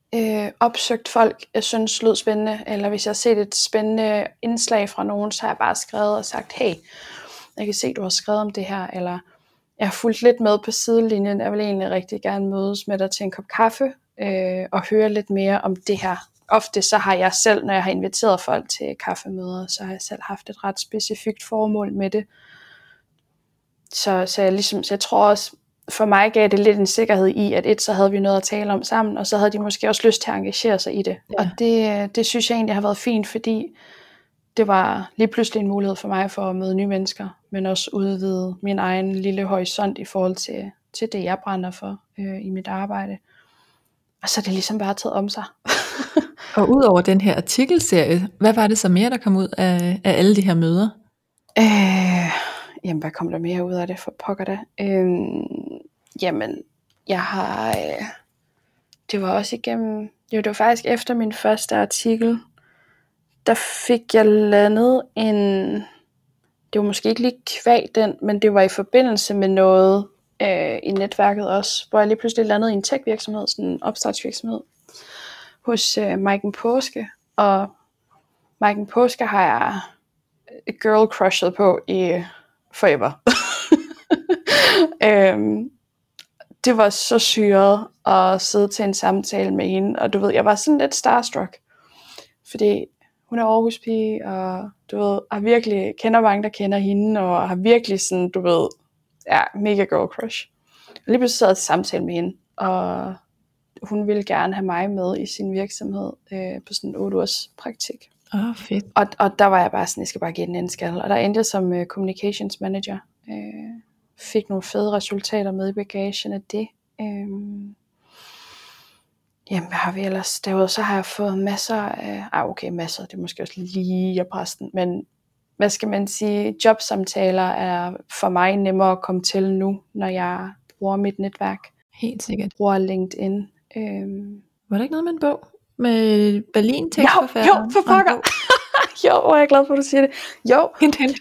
øh, opsøgt folk, jeg synes lød spændende, eller hvis jeg har set et spændende indslag fra nogen, så har jeg bare skrevet og sagt, hey, jeg kan se, du har skrevet om det her, eller jeg har fulgt lidt med på sidelinjen, jeg vil egentlig rigtig gerne mødes med dig til en kop kaffe, øh, og høre lidt mere om det her. Ofte så har jeg selv, når jeg har inviteret folk til kaffemøder, så har jeg selv haft et ret specifikt formål med det. Så, så, jeg, ligesom, så jeg tror også, for mig gav det lidt en sikkerhed i, at et, så havde vi noget at tale om sammen, og så havde de måske også lyst til at engagere sig i det. Ja. Og det, det synes jeg egentlig har været fint, fordi det var lige pludselig en mulighed for mig for at møde nye mennesker, men også udvide min egen lille horisont i forhold til, til det, jeg brænder for øh, i mit arbejde. Og så er det ligesom bare taget om sig. Og ud over den her artikelserie, hvad var det så mere, der kom ud af, af alle de her møder? Øh, jamen, hvad kom der mere ud af det for pokker da? Øh, jamen, jeg har... Øh, det var også igennem... Jo, det var faktisk efter min første artikel, der fik jeg landet en... Det var måske ikke lige kvæg den, men det var i forbindelse med noget øh, i netværket også, hvor jeg lige pludselig landede i en tech-virksomhed, sådan en opstartsvirksomhed, hos øh, Maiken Paaske. Og Maiken Paaske har jeg girl crushet på i forever. øhm, det var så syret at sidde til en samtale med hende, og du ved, jeg var sådan lidt starstruck, fordi hun er Aarhus-pige, og du ved, har virkelig kender mange, der kender hende, og har virkelig sådan, du ved, ja, mega girl crush. Og lige pludselig sad jeg til samtale med hende, og hun ville gerne have mig med i sin virksomhed øh, på sådan en otte ugers praktik. Åh, oh, fedt. Og, og der var jeg bare sådan, jeg skal bare give den en skal. Og der endte jeg som uh, communications manager. Øh, fik nogle fede resultater med i bagagen af det. Øh, jamen, hvad har vi ellers? Derudover så har jeg fået masser af... Ah, okay, masser. Det er måske også lige at presse den. Men hvad skal man sige? Jobsamtaler er for mig nemmere at komme til nu, når jeg bruger mit netværk. Helt sikkert. Bruger LinkedIn. Øh, Var der ikke noget med en bog? Med Berlin tekstforfatter? Jo, jo, for pokker. Jo, hvor er jeg glad for, at du siger det. Jo. Hint, hint.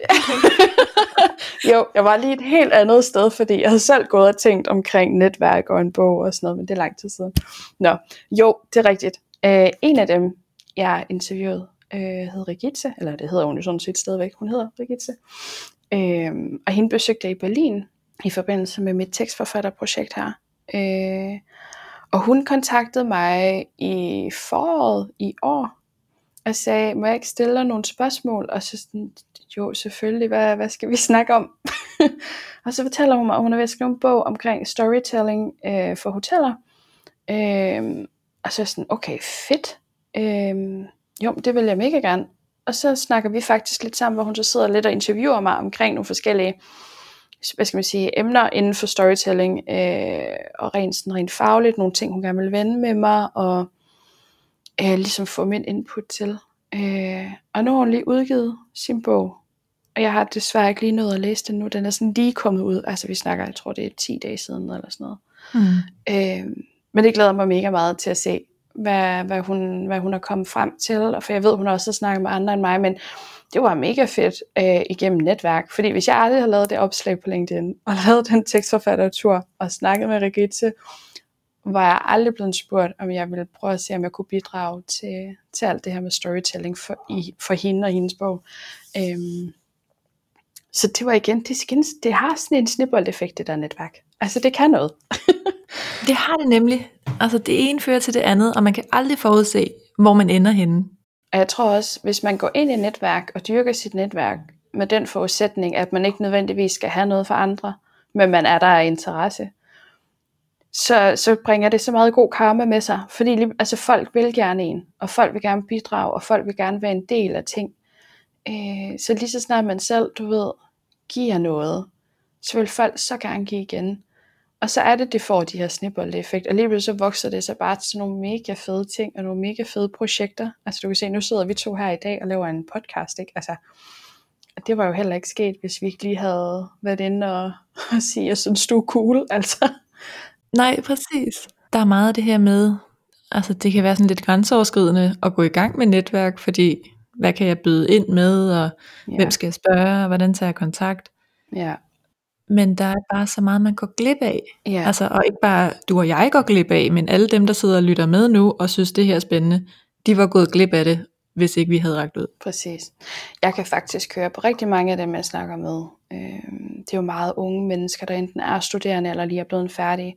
Jo, jeg var lige et helt andet sted, fordi jeg havde selv gået og tænkt omkring netværk og en bog og sådan noget, men det er lang tid siden. Nå, jo, det er rigtigt. Uh, en af dem, jeg interviewede, uh, hed Regitze, eller det hedder hun jo sådan set stadigvæk, hun hedder Regitze. Uh, og hende besøgte jeg i Berlin, i forbindelse med mit tekstforfatterprojekt her. Uh, og hun kontaktede mig i foråret i år, og sagde, må jeg ikke stille dig nogle spørgsmål? Og så sådan, jo, selvfølgelig, hvad, hvad skal vi snakke om? Og så fortæller hun mig, at hun er ved at skrive en bog omkring storytelling øh, for hoteller. Øh, og så er jeg sådan, okay, fedt. Øh, jo, det vil jeg mega gerne. Og så snakker vi faktisk lidt sammen, hvor hun så sidder lidt og interviewer mig omkring nogle forskellige, hvad skal man sige, emner inden for storytelling, øh, og rent, sådan, rent fagligt, nogle ting, hun gerne vil vende med mig, og øh, ligesom få min input til. Øh, og nu har hun lige udgivet sin bog, og jeg har desværre ikke lige nået at læse den nu. Den er sådan lige kommet ud, altså vi snakker, jeg tror det er ti dage siden eller sådan noget. Mm. Øh, men det glæder mig mega meget til at se, hvad, hvad, hun, hvad hun er kommet frem til, og for jeg ved, hun har også snakket med andre end mig, men det var mega fedt øh, igennem netværk, fordi hvis jeg aldrig havde lavet det opslag på LinkedIn, og lavet den tekstforfattertur, og snakket med Regitze, var jeg aldrig blevet spurgt, om jeg ville prøve at se, om jeg kunne bidrage til, til alt det her med storytelling for, i, for hende og hendes bog. Øhm, så det var igen, det, igen, det har sådan en snibboldeffekt, det der netværk. Altså det kan noget. Det har det nemlig. Altså det ene fører til det andet, og man kan aldrig forudse, hvor man ender henne. Og jeg tror også, hvis man går ind i netværk og dyrker sit netværk med den forudsætning, at man ikke nødvendigvis skal have noget for andre, men man er der af interesse, så, så bringer det så meget god karma med sig. Fordi altså, folk vil gerne en, og folk vil gerne bidrage, og folk vil gerne være en del af ting. Øh, så lige så snart man selv, du ved, giver noget, så vil folk så gerne give igen. Og så er det, det får de her snibboldeffekt. Og lige så vokser det så bare til sådan nogle mega fede ting, og nogle mega fede projekter. Altså du kan se, nu sidder vi to her i dag og laver en podcast, ikke? Altså, det var jo heller ikke sket, hvis vi ikke lige havde været inde og, og sige, jeg synes du er cool, altså. Nej, præcis. Der er meget af det her med, altså det kan være sådan lidt grænseoverskridende at gå i gang med netværk, fordi hvad kan jeg byde ind med, og ja. Hvem skal jeg spørge, og hvordan tager jeg kontakt? Ja. Men der er bare så meget, man går glip af. Ja. Altså, og ikke bare du og jeg går glip af, men alle dem, der sidder og lytter med nu, og synes, det her er spændende, de var gået glip af det, hvis ikke vi havde rakt ud. Præcis. Jeg kan faktisk høre på rigtig mange af dem, jeg snakker med. Øhm, det er jo meget unge mennesker, der enten er studerende, eller lige er blevet færdige.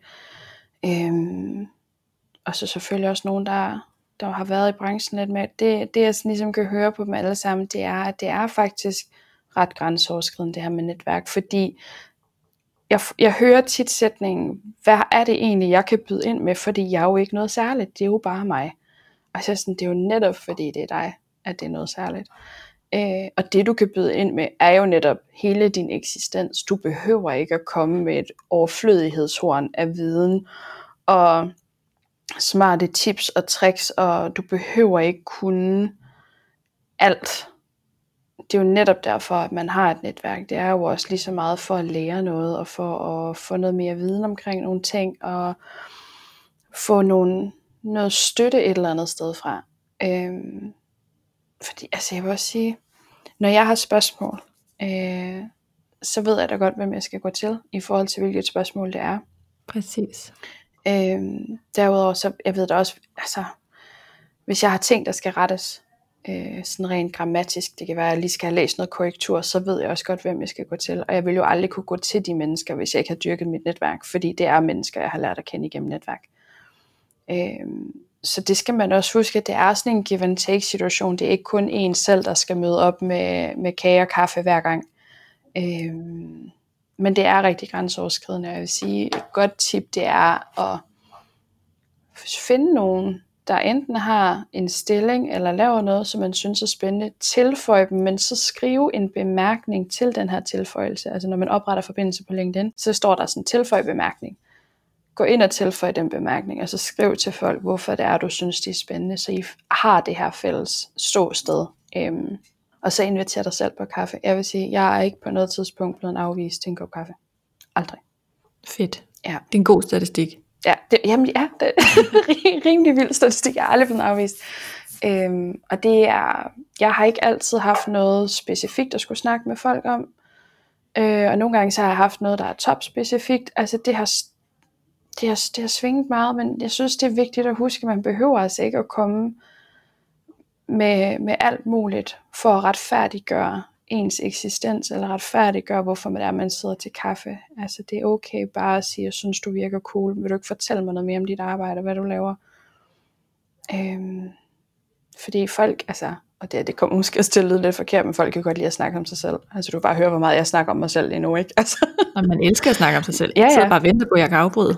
Øhm, og så selvfølgelig også nogen, der, der har været i branchen lidt med. Det, det jeg sådan ligesom kan høre på dem alle sammen, det er, at det er faktisk ret grænseoverskridende, det her med netværk. Fordi jeg, jeg hører tit sætningen, hvad er det egentlig, jeg kan byde ind med, fordi jeg er jo ikke noget særligt, det er jo bare mig. Og så sådan, det er jo netop fordi det er dig, at det er noget særligt. Øh, og det du kan byde ind med, er jo netop hele din eksistens. Du behøver ikke at komme med et overflødighedshorn af viden, og smarte tips og tricks, og du behøver ikke kunne alt. Det er jo netop derfor, at man har et netværk. Det er jo også lige så meget for at lære noget, og for at få noget mere viden omkring nogle ting, og få nogle, noget støtte et eller andet sted fra. Øhm, fordi, altså jeg vil også sige, når jeg har spørgsmål, øh, så ved jeg da godt, hvem jeg skal gå til, i forhold til hvilket spørgsmål det er. Præcis. Øhm, derudover, så jeg ved da også, altså, hvis jeg har ting, der skal rettes, øh, sådan rent grammatisk, det kan være, at jeg lige skal have læst noget korrektur, så ved jeg også godt, hvem jeg skal gå til. Og jeg vil jo aldrig kunne gå til de mennesker, hvis jeg ikke har dyrket mit netværk, fordi det er mennesker, jeg har lært at kende igennem netværk. Øhm, så det skal man også huske, at det er sådan en give and take situation. Det er ikke kun en selv, der skal møde op med, med kage og kaffe hver gang. Øhm, men det er rigtig grænseoverskridende. Jeg vil sige, et godt tip, det er at finde nogen, der enten har en stilling, eller laver noget, som man synes er spændende, tilføje dem, men så skrive en bemærkning til den her tilføjelse. Altså når man opretter forbindelse på LinkedIn, så står der sådan en tilføj bemærkning. Gå ind og tilføj den bemærkning, og så skriv til folk, hvorfor det er, du synes, det er spændende, så I har det her fælles ståsted. Øhm, og så inviter dig selv på kaffe. Jeg vil sige, jeg er ikke på noget tidspunkt blevet afvist til en kop kaffe. Aldrig. Fedt. Ja. Det er en god statistik. Ja, det, jamen, ja, det er rimelig vild statistik. Jeg er aldrig blevet afvist. Øhm, og det er, jeg har ikke altid haft noget specifikt at skulle snakke med folk om. Øh, og nogle gange så har jeg haft noget, der er topspecifikt. Altså det har, det, har, det har svinget meget, men jeg synes, det er vigtigt at huske, at man behøver altså ikke at komme med, med alt muligt for at retfærdiggøre ens eksistens, eller retfærdiggøre, hvorfor man er, man sidder til kaffe. Altså det er okay bare at sige, jeg synes, du virker cool. Vil du ikke fortælle mig noget mere om dit arbejde, hvad du laver? Øhm, fordi folk, altså, og det, det kommer måske også til at lyde lidt forkert, men folk kan godt lide at snakke om sig selv. Altså du kan bare høre, hvor meget jeg snakker om mig selv lige nu, ikke? Altså. Og man elsker at snakke om sig selv. Ja, ja. Så bare venter på, at jeg kan afbryde.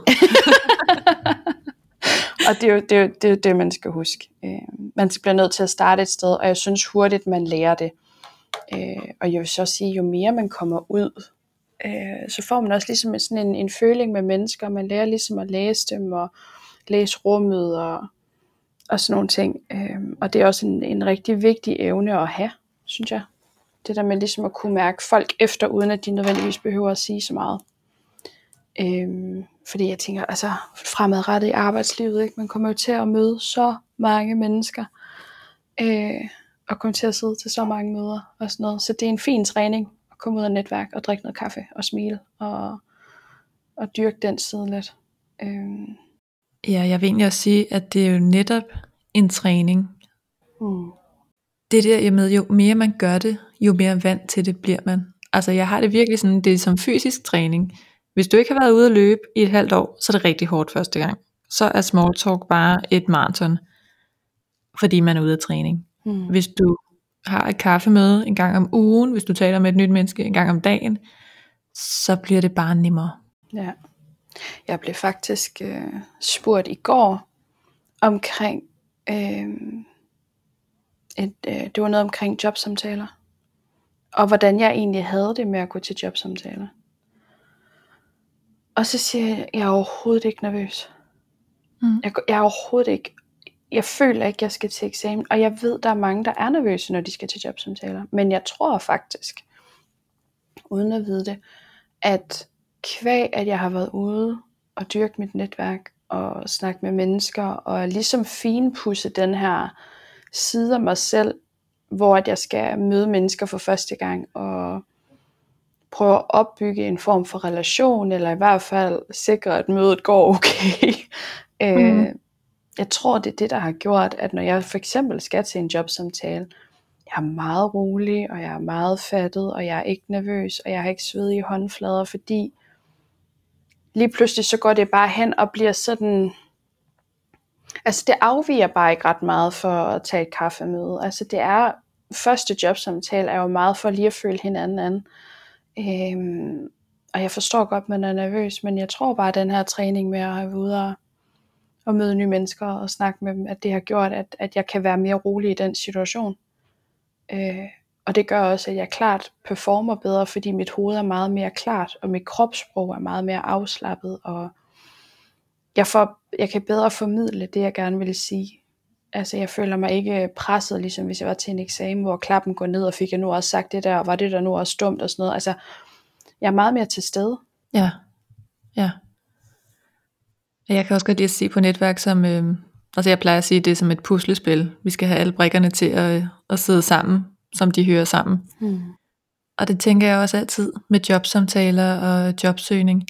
Og det er, jo, det, er jo, det er jo det, man skal huske. Øh, man bliver nødt til at starte et sted, og jeg synes hurtigt, man lærer det. Øh, og jeg vil så sige, jo mere man kommer ud, øh, så får man også ligesom sådan en, en føling med mennesker. Man lærer ligesom at læse dem, og læse rummet, og, og sådan nogle ting. Øh, og det er også en, en rigtig vigtig evne at have, synes jeg. Det der med ligesom at kunne mærke folk efter, uden at de nødvendigvis behøver at sige så meget. Øhm, fordi jeg tænker, altså fremadrettet i arbejdslivet, ikke? Man kommer jo til at møde så mange mennesker, øh, og kommer til at sidde til så mange møder og sådan noget. Så det er en fin træning at komme ud af netværk og drikke noget kaffe og smile og, og dyrke den side lidt. Øhm. Ja, jeg vil egentlig også sige, at det er jo netop en træning. Mm. Det der med, jo mere man gør det, jo mere vant til det bliver man. Altså jeg har det virkelig sådan, det er som fysisk træning. Hvis du ikke har været ude at løbe i et halvt år, så er det rigtig hårdt første gang. Så er small talk bare et maraton, fordi man er ude af træning. Mm. Hvis du har et kaffemøde en gang om ugen, hvis du taler med et nyt menneske en gang om dagen, så bliver det bare nemmere. Ja. Jeg blev faktisk øh, spurgt i går omkring, øh, et, øh, det var noget omkring jobsamtaler, og hvordan jeg egentlig havde det med at gå til jobsamtaler. Og så siger jeg, jeg er overhovedet ikke nervøs. Mm. Jeg, jeg er overhovedet ikke, jeg føler ikke, jeg skal til eksamen. Og jeg ved, der er mange, der er nervøse, når de skal til jobsamtaler. Men jeg tror faktisk, uden at vide det, at kvæg, at jeg har været ude og dyrket mit netværk, og snakket med mennesker, og ligesom finpudse den her side af mig selv, hvor at jeg skal møde mennesker for første gang, og prøve at opbygge en form for relation, eller i hvert fald sikre, at mødet går okay. øh, Mm. jeg tror, det er det, der har gjort, at når jeg for eksempel skal til en jobsamtale, jeg er meget rolig, og jeg er meget fattet, og jeg er ikke nervøs, og jeg har ikke svedige håndflader, fordi lige pludselig så går det bare hen og bliver sådan, altså det afviger bare ikke ret meget for at tage et kaffemøde. Altså det er, første jobsamtale er jo meget for lige at føle hinanden an. Øhm, og jeg forstår godt, man er nervøs, men jeg tror bare, at den her træning med at have ude og, og møde nye mennesker og snakke med dem, at det har gjort, at, at jeg kan være mere rolig i den situation. Øh, og det gør også, at jeg klart performer bedre, fordi mit hoved er meget mere klart, og mit kropssprog er meget mere afslappet, og jeg, får, jeg kan bedre formidle det, jeg gerne vil sige. Altså jeg føler mig ikke presset, ligesom hvis jeg var til en eksamen, hvor klappen går ned, og fik jeg nu også sagt det der, og var det der nu også dumt og sådan noget. Altså jeg er meget mere til stede. Ja, ja. Jeg kan også godt lide at se på netværk som, øh, altså jeg plejer at sige det som et puslespil. Vi skal have alle brikkerne til at, at sidde sammen, som de hører sammen. Hmm. Og det tænker jeg også altid med jobsamtaler og jobsøgning,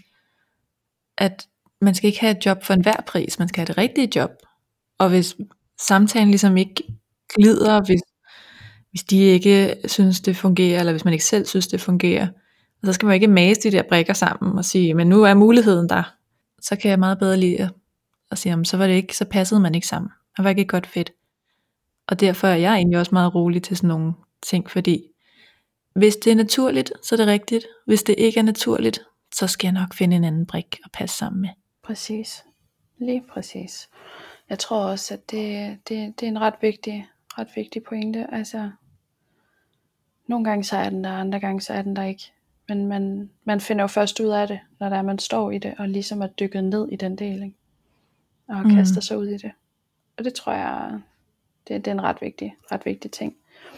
at man skal ikke have et job for enhver pris, man skal have det rigtige job. Og hvis samtalen ligesom ikke glider, hvis, hvis de ikke synes det fungerer, eller hvis man ikke selv synes det fungerer, så skal man ikke mase de der brikker sammen og sige, men nu er muligheden der. Så kan jeg meget bedre lide at, at sige, jamen, så var det ikke, så passede man ikke sammen. Det var ikke et godt fedt. Og derfor er jeg egentlig også meget rolig til sådan nogle ting, fordi hvis det er naturligt, så er det rigtigt. Hvis det ikke er naturligt, så skal jeg nok finde en anden brik at passe sammen med. Præcis. Lige præcis. Jeg tror også, at det, det, det er en ret vigtig, ret vigtig pointe. Altså, nogle gange så er den der, andre gange så er den der ikke. Men man, man finder jo først ud af det, når der er, man står i det, og ligesom er dykket ned i den del, ikke? Og Mm. kaster sig ud i det. Og det tror jeg, det, det er en ret vigtig, ret vigtig ting.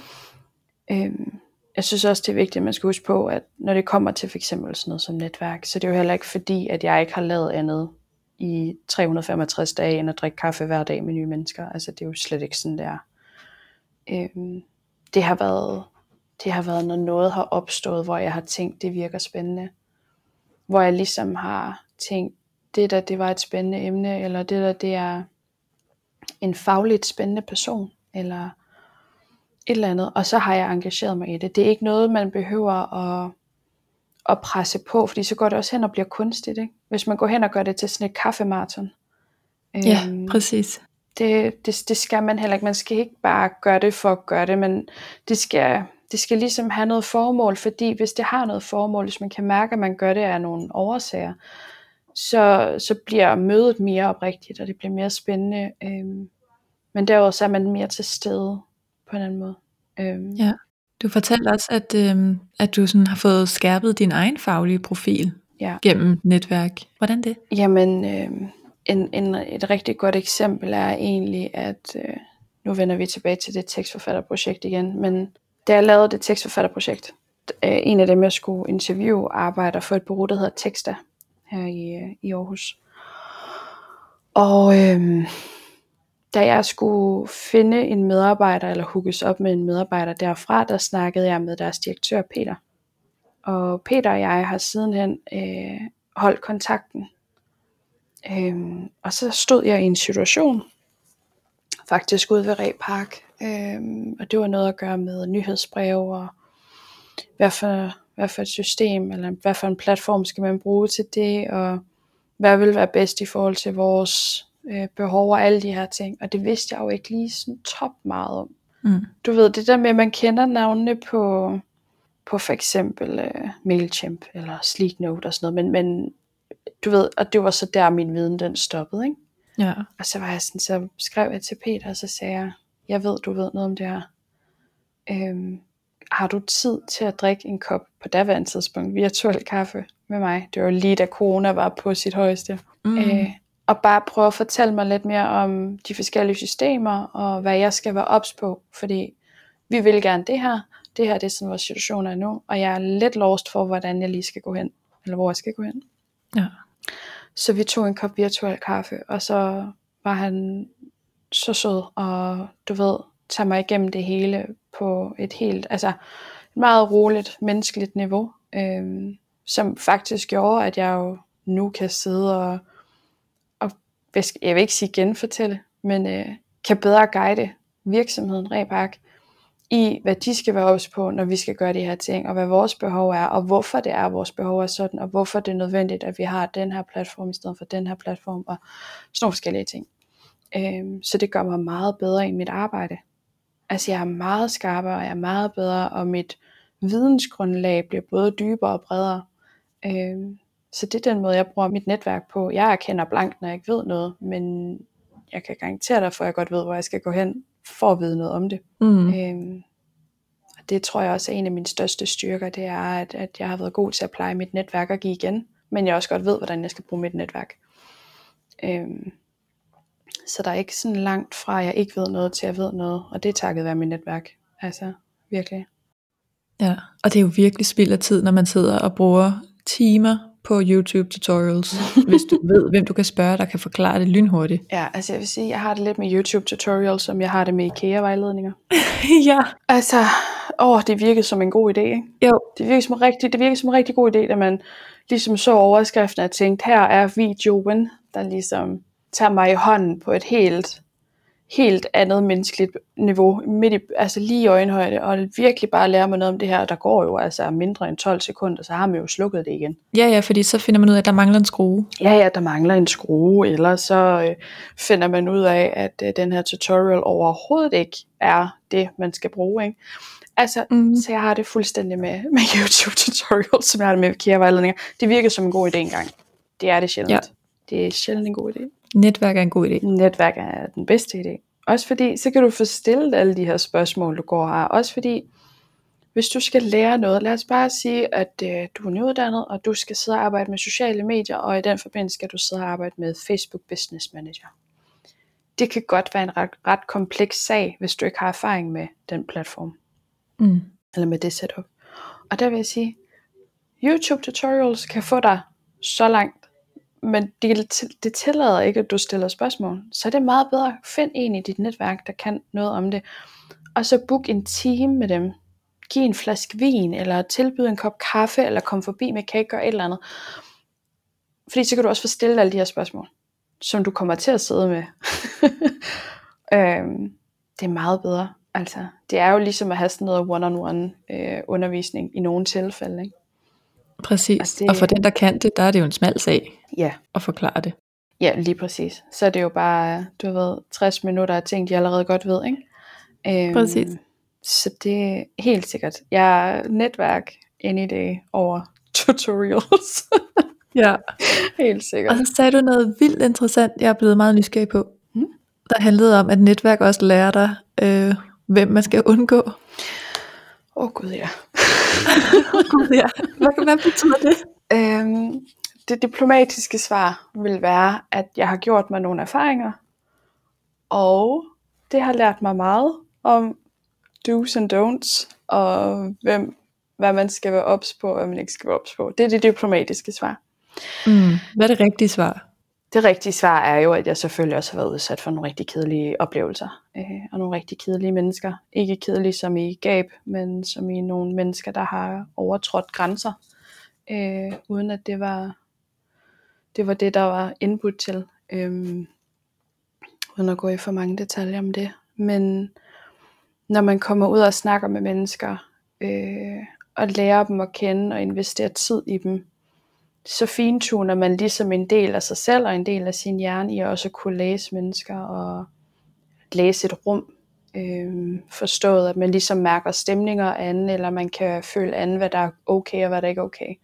Øhm, jeg synes også, det er vigtigt, at man skal huske på, at når det kommer til for eksempel sådan noget som netværk, så det er jo heller ikke fordi, at jeg ikke har lavet andet i tre hundrede og femogtres dage, end at drikke kaffe hver dag med nye mennesker. Altså det er jo slet ikke sådan der. Øhm, det har været, det har været, når noget har opstået, hvor jeg har tænkt, det virker spændende. Hvor jeg ligesom har tænkt, det der, det var et spændende emne, eller det der, det er en fagligt spændende person, eller et eller andet, og så har jeg engageret mig i det. Det er ikke noget, man behøver at, at presse på, fordi så går det også hen og bliver kunstigt, ikke? Hvis man går hen og gør det til sådan et kaffemarathon. Ja, øhm, præcis. det, det, det skal man heller ikke. Man skal ikke bare gøre det for at gøre det, men det skal, det skal ligesom have noget formål, fordi hvis det har noget formål, hvis man kan mærke, at man gør det af nogle årsager, så, så bliver mødet mere oprigtigt, og det bliver mere spændende. Øhm, men derudover så er man mere til stede på en anden måde. Øhm, Ja. Du fortalte også, at, øhm, at du sådan har fået skærpet din egen faglige profil ja. gennem netværk. Hvordan det? Jamen, øh, en, en, et rigtig godt eksempel er egentlig, at øh, nu vender vi tilbage til det tekstforfatterprojekt igen, men da jeg lavede det tekstforfatterprojekt, øh, en af dem jeg skulle interviewe, arbejder for et bureau, der hedder Teksta her i, øh, i Aarhus. Og øh, da jeg skulle finde en medarbejder, eller hookes op med en medarbejder derfra, der snakkede jeg med deres direktør, Peter. Og Peter og jeg har sidenhen øh, holdt kontakten. Øhm, og så stod jeg i en situation, faktisk ude ved Reh Park, øhm, og det var noget at gøre med nyhedsbreve, og hvad for, hvad for et system, eller hvad for en platform skal man bruge til det, og hvad vil være bedst i forhold til vores øh, behov og alle de her ting. Og det vidste jeg jo ikke lige sådan top meget om. Mm. Du ved, det der med, at man kender navnene på, på for eksempel øh, MailChimp, eller Sleeknote og sådan noget, men, men du ved, og det var så der min viden den stoppede, ikke? Ja. Og så var jeg sådan, så skrev jeg til Peter, og så sagde jeg, jeg ved, du ved noget om det her. Øhm, har du tid til at drikke en kop på daværende tidspunkt virtuel kaffe med mig? Det var lige da corona var på sit højeste. Mm. Øh, og bare prøve at fortælle mig lidt mere om de forskellige systemer, og hvad jeg skal være ops på, fordi vi vil gerne det her. Det her det er sådan, vores situation er nu, og jeg er lidt lost for, hvordan jeg lige skal gå hen, eller hvor jeg skal gå hen. Ja. Så vi tog en kop virtuel kaffe, og så var han så sød, og du ved, tage mig igennem det hele på et helt, altså et meget roligt, menneskeligt niveau. øh, som faktisk gjorde, at jeg jo nu kan sidde og, og jeg vil ikke sige genfortælle, men øh, kan bedre guide virksomheden Rebak i, hvad de skal være ops på, når vi skal gøre de her ting, og hvad vores behov er, og hvorfor det er, vores behov er sådan, og hvorfor det er nødvendigt, at vi har den her platform i stedet for den her platform, og sådan nogle forskellige ting. Øhm, så det gør mig meget bedre i mit arbejde. Altså jeg er meget skarpere, og jeg er meget bedre, og mit vidensgrundlag bliver både dybere og bredere. Øhm, så det er den måde, jeg bruger mit netværk på. Jeg erkender blankt, når jeg ikke ved noget, men jeg kan garantere dig, for at jeg godt ved, hvor jeg skal gå hen, for at vide noget om det. Mm. Øhm, og det tror jeg også er en af mine største styrker, det er, at, at jeg har været god til at pleje mit netværk og give igen, men jeg også godt ved, hvordan jeg skal bruge mit netværk. Øhm, så der er ikke sådan langt fra, at jeg ikke ved noget, til jeg ved noget, og det er takket være mit netværk. Altså, virkelig. Ja, og det er jo virkelig spild af tid, når man sidder og bruger timer på YouTube tutorials, hvis du ved, hvem du kan spørge, der kan forklare det lynhurtigt. Ja, altså jeg vil sige, jeg har det lidt med YouTube tutorials, som jeg har det med IKEA-vejledninger. Ja. Altså, åh, det virkede som en god idé, ikke? Jo. Det virkede som en rigtig, det virkede som en rigtig god idé, da man ligesom så overskriften og tænkte, her er videoen, der ligesom tager mig i hånden på et helt, helt andet menneskeligt niveau, midt i, altså lige i øjenhøjde, og virkelig bare lære mig noget om det her. Der går jo altså mindre end tolv sekunder, så har man jo slukket det igen. Ja, ja, fordi så finder man ud af, at der mangler en skrue. Ja, ja, der mangler en skrue, eller så øh, finder man ud af, at øh, den her tutorial overhovedet ikke er det, man skal bruge, ikke? Altså, mm. så jeg har det fuldstændig med, med YouTube tutorials, som jeg har det med IKEA-vejledninger. Det virker som en god idé engang. Det er det sjældent. Ja. Det er sjældent en god idé. Netværk er en god idé. Netværk er den bedste idé. Også fordi, så kan du få stillet alle de her spørgsmål, du går og har. Også fordi, hvis du skal lære noget, lad os bare sige, at øh, du er nyuddannet, og du skal sidde og arbejde med sociale medier, og i den forbindelse skal du sidde og arbejde med Facebook Business Manager. Det kan godt være en ret, ret kompleks sag, hvis du ikke har erfaring med den platform. Mm. Eller med det setup. Og der vil jeg sige, YouTube tutorials kan få dig så langt, men det, det tillader ikke, at du stiller spørgsmål. Så det er meget bedre, find en i dit netværk, der kan noget om det, og så book en time med dem. Giv en flaske vin, eller tilbyde en kop kaffe, eller kom forbi med kage og et eller andet. Fordi så kan du også få stillet alle de her spørgsmål, som du kommer til at sidde med. øhm, det er meget bedre. Altså, det er jo ligesom at have sådan noget one-on-one øh, undervisning i nogle tilfælde, ikke? Præcis, altså det, og for den der kan det, der er det jo en smal sag, ja, at forklare det. Ja, lige præcis. Så er det jo bare, du ved, tres minutter af ting, de allerede godt ved, ikke? Øhm, præcis. Så det er helt sikkert. Jeg er netværk any day over tutorials. Ja, helt sikkert. Og så sagde du noget vildt interessant, jeg er blevet meget nysgerrig på. Hmm? Der handlede om, at netværk også lærer dig, øh, hvem man skal undgå. Åh oh, gud ja. oh, gud ja. Hvad, hvad betyder det? Øhm, det diplomatiske svar vil være, at jeg har gjort mig nogle erfaringer, og det har lært mig meget om do's and don'ts, og hvem, hvad man skal være ops på, og hvad man ikke skal være ops på. Det er det diplomatiske svar. Mm. Hvad er det rigtige svar? Det rigtige svar er jo, at jeg selvfølgelig også har været udsat for nogle rigtig kedelige oplevelser, øh, og nogle rigtig kedelige mennesker. Ikke kedelige som i gab, men som i nogle mennesker, der har overtrådt grænser, øh, uden at det var, det var det, der var input til. Øh, uden at gå i for mange detaljer om det. Men når man kommer ud og snakker med mennesker, øh, og lærer dem at kende og investerer tid i dem, så fintuner man ligesom en del af sig selv og en del af sin hjerne i at også kunne læse mennesker og læse et rum. Øh, forstået, at man ligesom mærker stemninger an, eller man kan føle an, hvad der er okay og hvad der ikke er okay.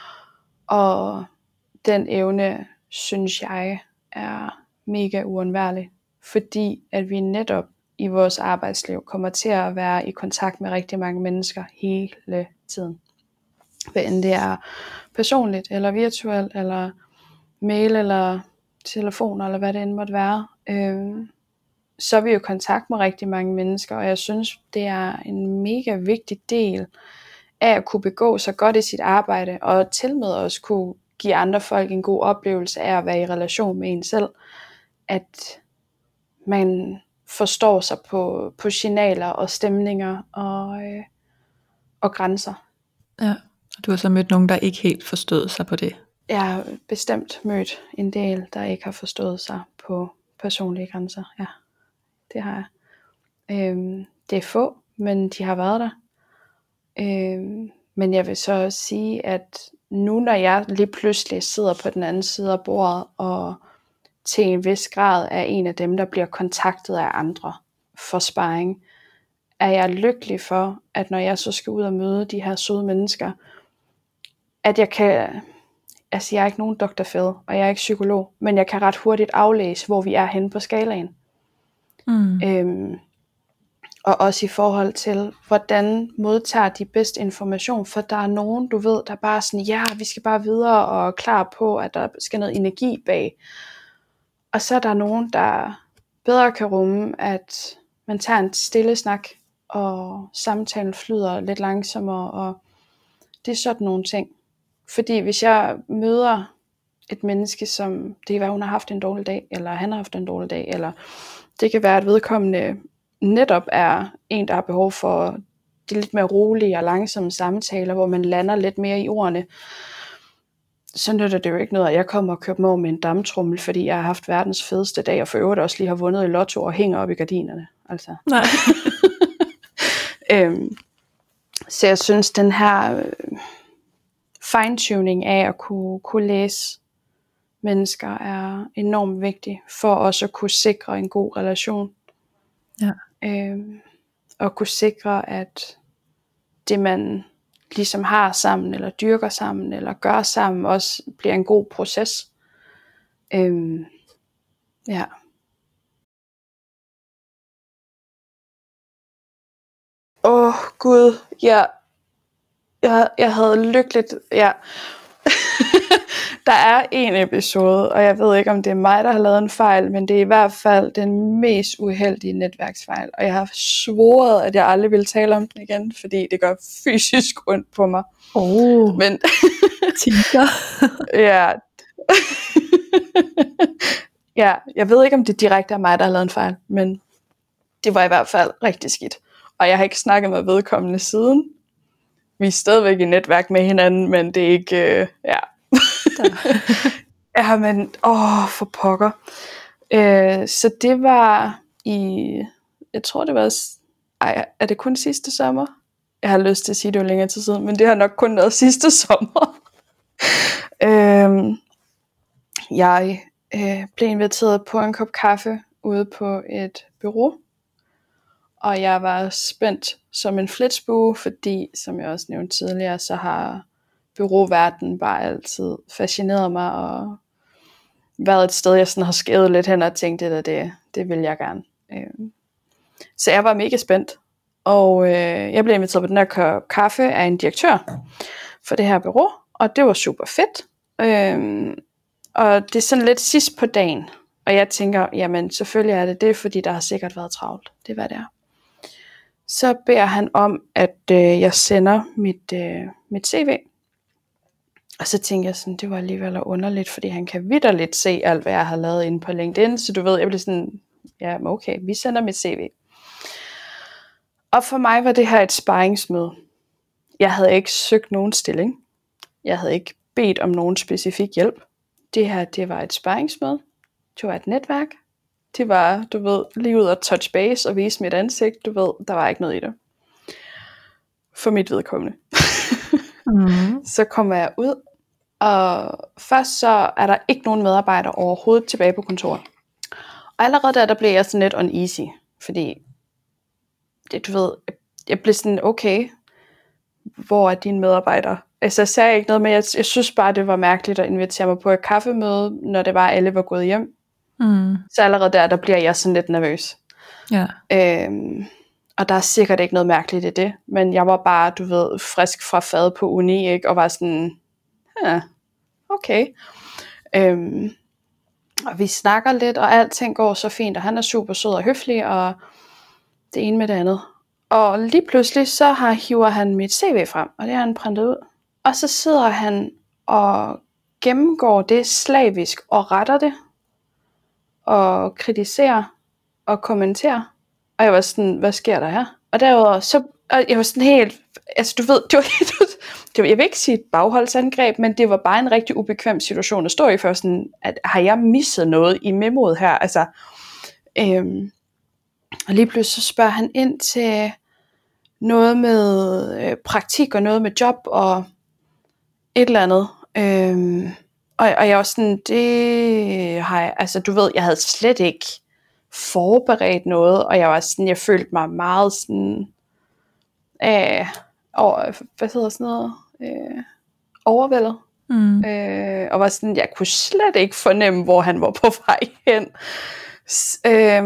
Og den evne, synes jeg, er mega uundværlig, fordi at vi netop i vores arbejdsliv kommer til at være i kontakt med rigtig mange mennesker hele tiden. Hvad end det er personligt, eller virtuelt, eller mail, eller telefon, eller hvad det end måtte være. Øh, så er vi jo i kontakt med rigtig mange mennesker, og jeg synes, det er en mega vigtig del af at kunne begå sig godt i sit arbejde, og til med også kunne give andre folk en god oplevelse af at være i relation med en selv. At man forstår sig på, på signaler og stemninger og, øh, og grænser. Ja, Du har så mødt nogen, der ikke helt forstod sig på det. Jeg har bestemt mødt en del, der ikke har forstået sig på personlige grænser. Ja, det har jeg. Øhm, det er få, men de har været der. Øhm, men jeg vil så også sige, at nu når jeg lige pludselig sidder på den anden side af bordet, og til en vis grad er en af dem, der bliver kontaktet af andre for sparring, er jeg lykkelig for, at når jeg så skal ud og møde de her søde mennesker, at jeg kan, altså jeg er ikke nogen doktor Phil, og jeg er ikke psykolog, men jeg kan ret hurtigt aflæse, hvor vi er henne på skalaen. Mm. Øhm, og også i forhold til, hvordan modtager de bedst information, for der er nogen, du ved, der bare er sådan, ja, vi skal bare videre og klar på, at der skal noget energi bag. Og så er der nogen, der bedre kan rumme, at man tager en stille snak, og samtalen flyder lidt langsommere, og det er sådan nogle ting. Fordi hvis jeg møder et menneske, som det kan være, hun har haft en dårlig dag, eller han har haft en dårlig dag, eller det kan være, at vedkommende netop er en, der har behov for de lidt mere rolige og langsomme samtaler, hvor man lander lidt mere i ordene, så nytter det jo ikke noget, at jeg kommer og køber mig over med en damptrummel, fordi jeg har haft verdens fedeste dag, og for øvrigt også lige har vundet i lotto og hænger op i gardinerne. Altså. Nej. øhm, så jeg synes, den her øh, fine-tuning af at kunne, kunne læse mennesker er enormt vigtig, for også at kunne sikre en god relation. Ja. Øhm, og kunne sikre, at det man ligesom har sammen, eller dyrker sammen, eller gør sammen, også bliver en god proces. Øhm, ja. Åh, oh, Gud, ja. Jeg, jeg havde lykkeligt, ja. Der er en episode, og jeg ved ikke, om det er mig, der har lavet en fejl, men det er i hvert fald den mest uheldige netværksfejl. Og jeg har svoret, at jeg aldrig vil tale om den igen, fordi det gør fysisk ondt på mig. Oh, men tænker. ja. Ja, jeg ved ikke, om det direkte er mig, der har lavet en fejl, men det var i hvert fald rigtig skidt. Og jeg har ikke snakket med vedkommende siden. Vi er stadigvæk i netværk med hinanden, men det er ikke, øh, ja. Ja, men, åh, for pokker. Øh, så det var i, jeg tror det var, ej, er det kun sidste sommer? Jeg har lyst til at sige, det var længere tid siden, men det har nok kun været sidste sommer. øh, jeg øh, blev inviteret på en kop kaffe ude på et bureau, og jeg var spændt som en flitsbue, fordi, som jeg også nævnte tidligere, så har bureauverdenen bare altid fascineret mig, og været et sted, jeg sådan har skævet lidt hen og tænkt, at det, det vil jeg gerne. Så jeg var mega spændt, og jeg blev inviteret på den her kaffe af en direktør for det her bureau, og det var super fedt. Og det er sådan lidt sidst på dagen, og jeg tænker, jamen selvfølgelig er det det, fordi der har sikkert været travlt. Det er hvad det er. Så beder han om, at øh, jeg sender mit, øh, mit C V. Og så tænker jeg sådan, det var alligevel underligt, fordi han kan vitterligt se alt, hvad jeg har lavet inde på LinkedIn. Så du ved, jeg blev sådan, ja, okay, vi sender mit C V. Og for mig var det her et sparringsmøde. Jeg havde ikke søgt nogen stilling. Jeg havde ikke bedt om nogen specifik hjælp. Det her, det var et sparringsmøde. Det var et netværk. Det var, du ved, lige ud og touch base og vise mit ansigt. Du ved, der var ikke noget i det. For mit vedkommende. Mm. Så kommer jeg ud, og først så er der ikke nogen medarbejdere overhovedet tilbage på kontoret. Og allerede der, der blev jeg sådan lidt uneasy, fordi det, du ved, jeg blev sådan, okay, hvor er dine medarbejdere? Altså jeg sagde ikke noget, men jeg, jeg synes bare, det var mærkeligt at invitere mig på et kaffemøde, når det var, alle var gået hjem. Mm. Så allerede der, der bliver jeg sådan lidt nervøs. Ja. Øhm, og der er sikkert ikke noget mærkeligt i det, men jeg var bare, du ved, frisk fra fad på uni, ikke? Og var sådan, ja, okay. Øhm, og vi snakker lidt, og alting går så fint, og han er super sød og høflig, og det ene med det andet. Og lige pludselig, så har, hiver han mit C V frem, og det har han printet ud. Og så sidder han og gennemgår det slavisk, og retter det, og kritiserer, og kommenterer. Og jeg var sådan, hvad sker der her? og derudover, så, og jeg var sådan helt, altså du ved, det var, det var, jeg vil ikke sige et bagholdsangreb, men det var bare en rigtig ubekvem situation at stå i, for sådan, at har jeg misset noget i memoet her, altså, øhm, og lige pludselig så spørger han ind til noget med øh, praktik, og noget med job, og et eller andet, øhm, og, og jeg var sådan, det har jeg, altså du ved, jeg havde slet ikke forberedt noget, og jeg var sådan, jeg følte mig meget sådan, øh, over, hvad hedder sådan noget, øh, overvældet, mm. øh, og var sådan, jeg kunne slet ikke fornemme, hvor han var på vej hen. S- øh,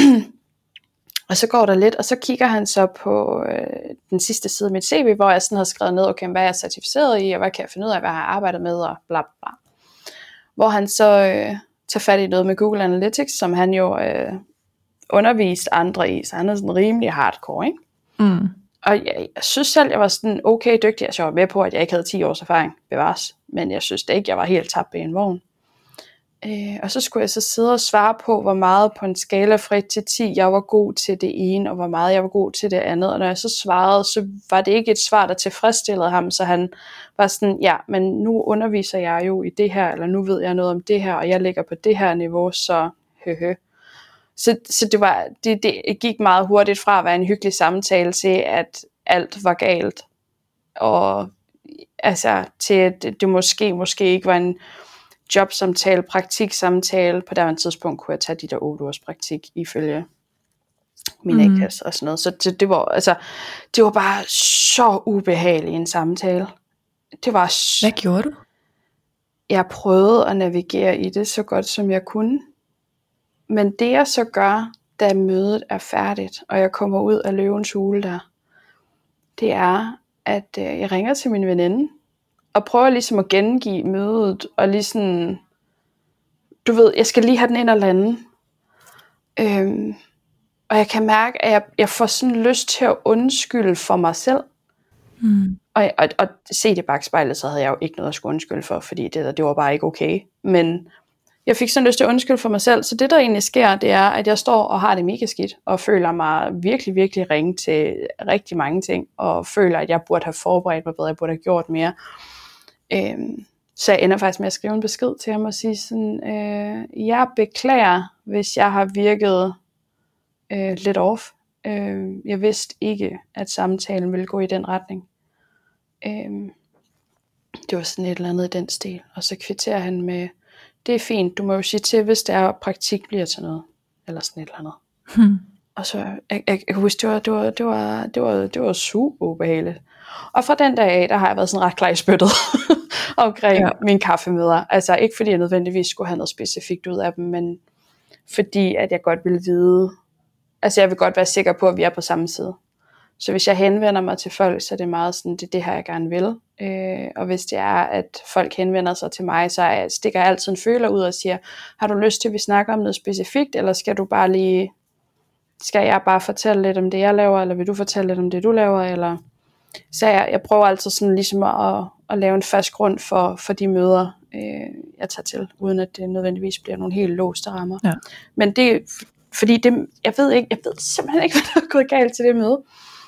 og så går der lidt, og så kigger han så på øh, den sidste side af mit C V, hvor jeg sådan har skrevet ned, okay, hvad er jeg certificeret i, og hvad kan jeg finde ud af, hvad jeg har arbejdet med, og bla bla. Hvor han så øh, tager fat i noget med Google Analytics, som han jo øh, underviste andre i, så han er sådan rimelig hardcore, ikke? Mm. Og jeg, jeg synes selv, jeg var sådan okay dygtig, altså jeg var med på, at jeg ikke havde ti års erfaring, bevares, men jeg synes da ikke, jeg var helt tabt i en vogn. Øh, og så skulle jeg så sidde og svare på, hvor meget på en skala fra et til ti, jeg var god til det ene, og hvor meget jeg var god til det andet. Og når jeg så svarede, så var det ikke et svar, der tilfredsstillede ham, så han var sådan, ja, men nu underviser jeg jo i det her, eller nu ved jeg noget om det her, og jeg ligger på det her niveau, så høhø. Så, så det, var, det, det gik meget hurtigt fra at være en hyggelig samtale til, at alt var galt. Og altså til, at det, det måske, måske ikke var en jobsamtale, praktiksamtale. På det tidspunkt kunne jeg tage de der otte ugers praktik ifølge min mm. A-kasse og sådan noget. Så det, det, var, altså, det var bare så ubehageligt en samtale. Det var så... Hvad gjorde du? Jeg prøvede at navigere i det så godt som jeg kunne. Men det jeg så gør, da mødet er færdigt, og jeg kommer ud af løvens hule der, det er, at øh, jeg ringer til min veninde, og prøver ligesom at gengive mødet, og ligesom, du ved, jeg skal lige have den ind og lande. Øhm, og jeg kan mærke, at jeg, jeg får sådan lyst til at undskylde for mig selv. Mm. Og, og, og set i bagspejlet, så havde jeg jo ikke noget at skulle undskylde for, fordi det der, det var bare ikke okay. Men jeg fik sådan lyst til at undskylde for mig selv, så det der egentlig sker, det er, at jeg står og har det mega skidt, og føler mig virkelig, virkelig ringe til rigtig mange ting, og føler, at jeg burde have forberedt mig bedre, jeg burde have gjort mere. Øhm, så jeg ender faktisk med at skrive en besked til ham og sige sådan, øh, jeg beklager, hvis jeg har virket øh, lidt off. Øh, jeg vidste ikke, at samtalen ville gå i den retning. Øh, det var sådan et eller andet i den stil, og så kvitterer han med, det er fint, du må jo sige til, hvis der er praktik bliver til noget, eller sådan et eller andet. Hmm. Og så, jeg, jeg, jeg kan huske, det var, det var, det var, det var, det var super ubehageligt. Og fra den dag af, der har jeg været sådan ret klar i spyttet omkring ja. mine kaffemøder. Altså ikke fordi jeg nødvendigvis skulle have noget specifikt ud af dem, men fordi at jeg godt ville vide, altså jeg vil godt være sikker på, at vi er på samme side. Så hvis jeg henvender mig til folk, så er det meget sådan, det er det her, jeg gerne vil. Øh, og hvis det er, at folk henvender sig til mig, så jeg, stikker jeg altid en føler ud og siger, har du lyst til, at vi snakker om noget specifikt, eller skal du bare lige, skal jeg bare fortælle lidt om det, jeg laver, eller vil du fortælle lidt om det, du laver, eller... Så jeg, jeg prøver altid sådan ligesom at, at lave en fast grund for, for de møder, øh, jeg tager til, uden at det nødvendigvis bliver nogle helt låste rammer. Ja. Men det, fordi det, jeg ved ikke, jeg ved simpelthen ikke, hvad der er gået galt til det møde.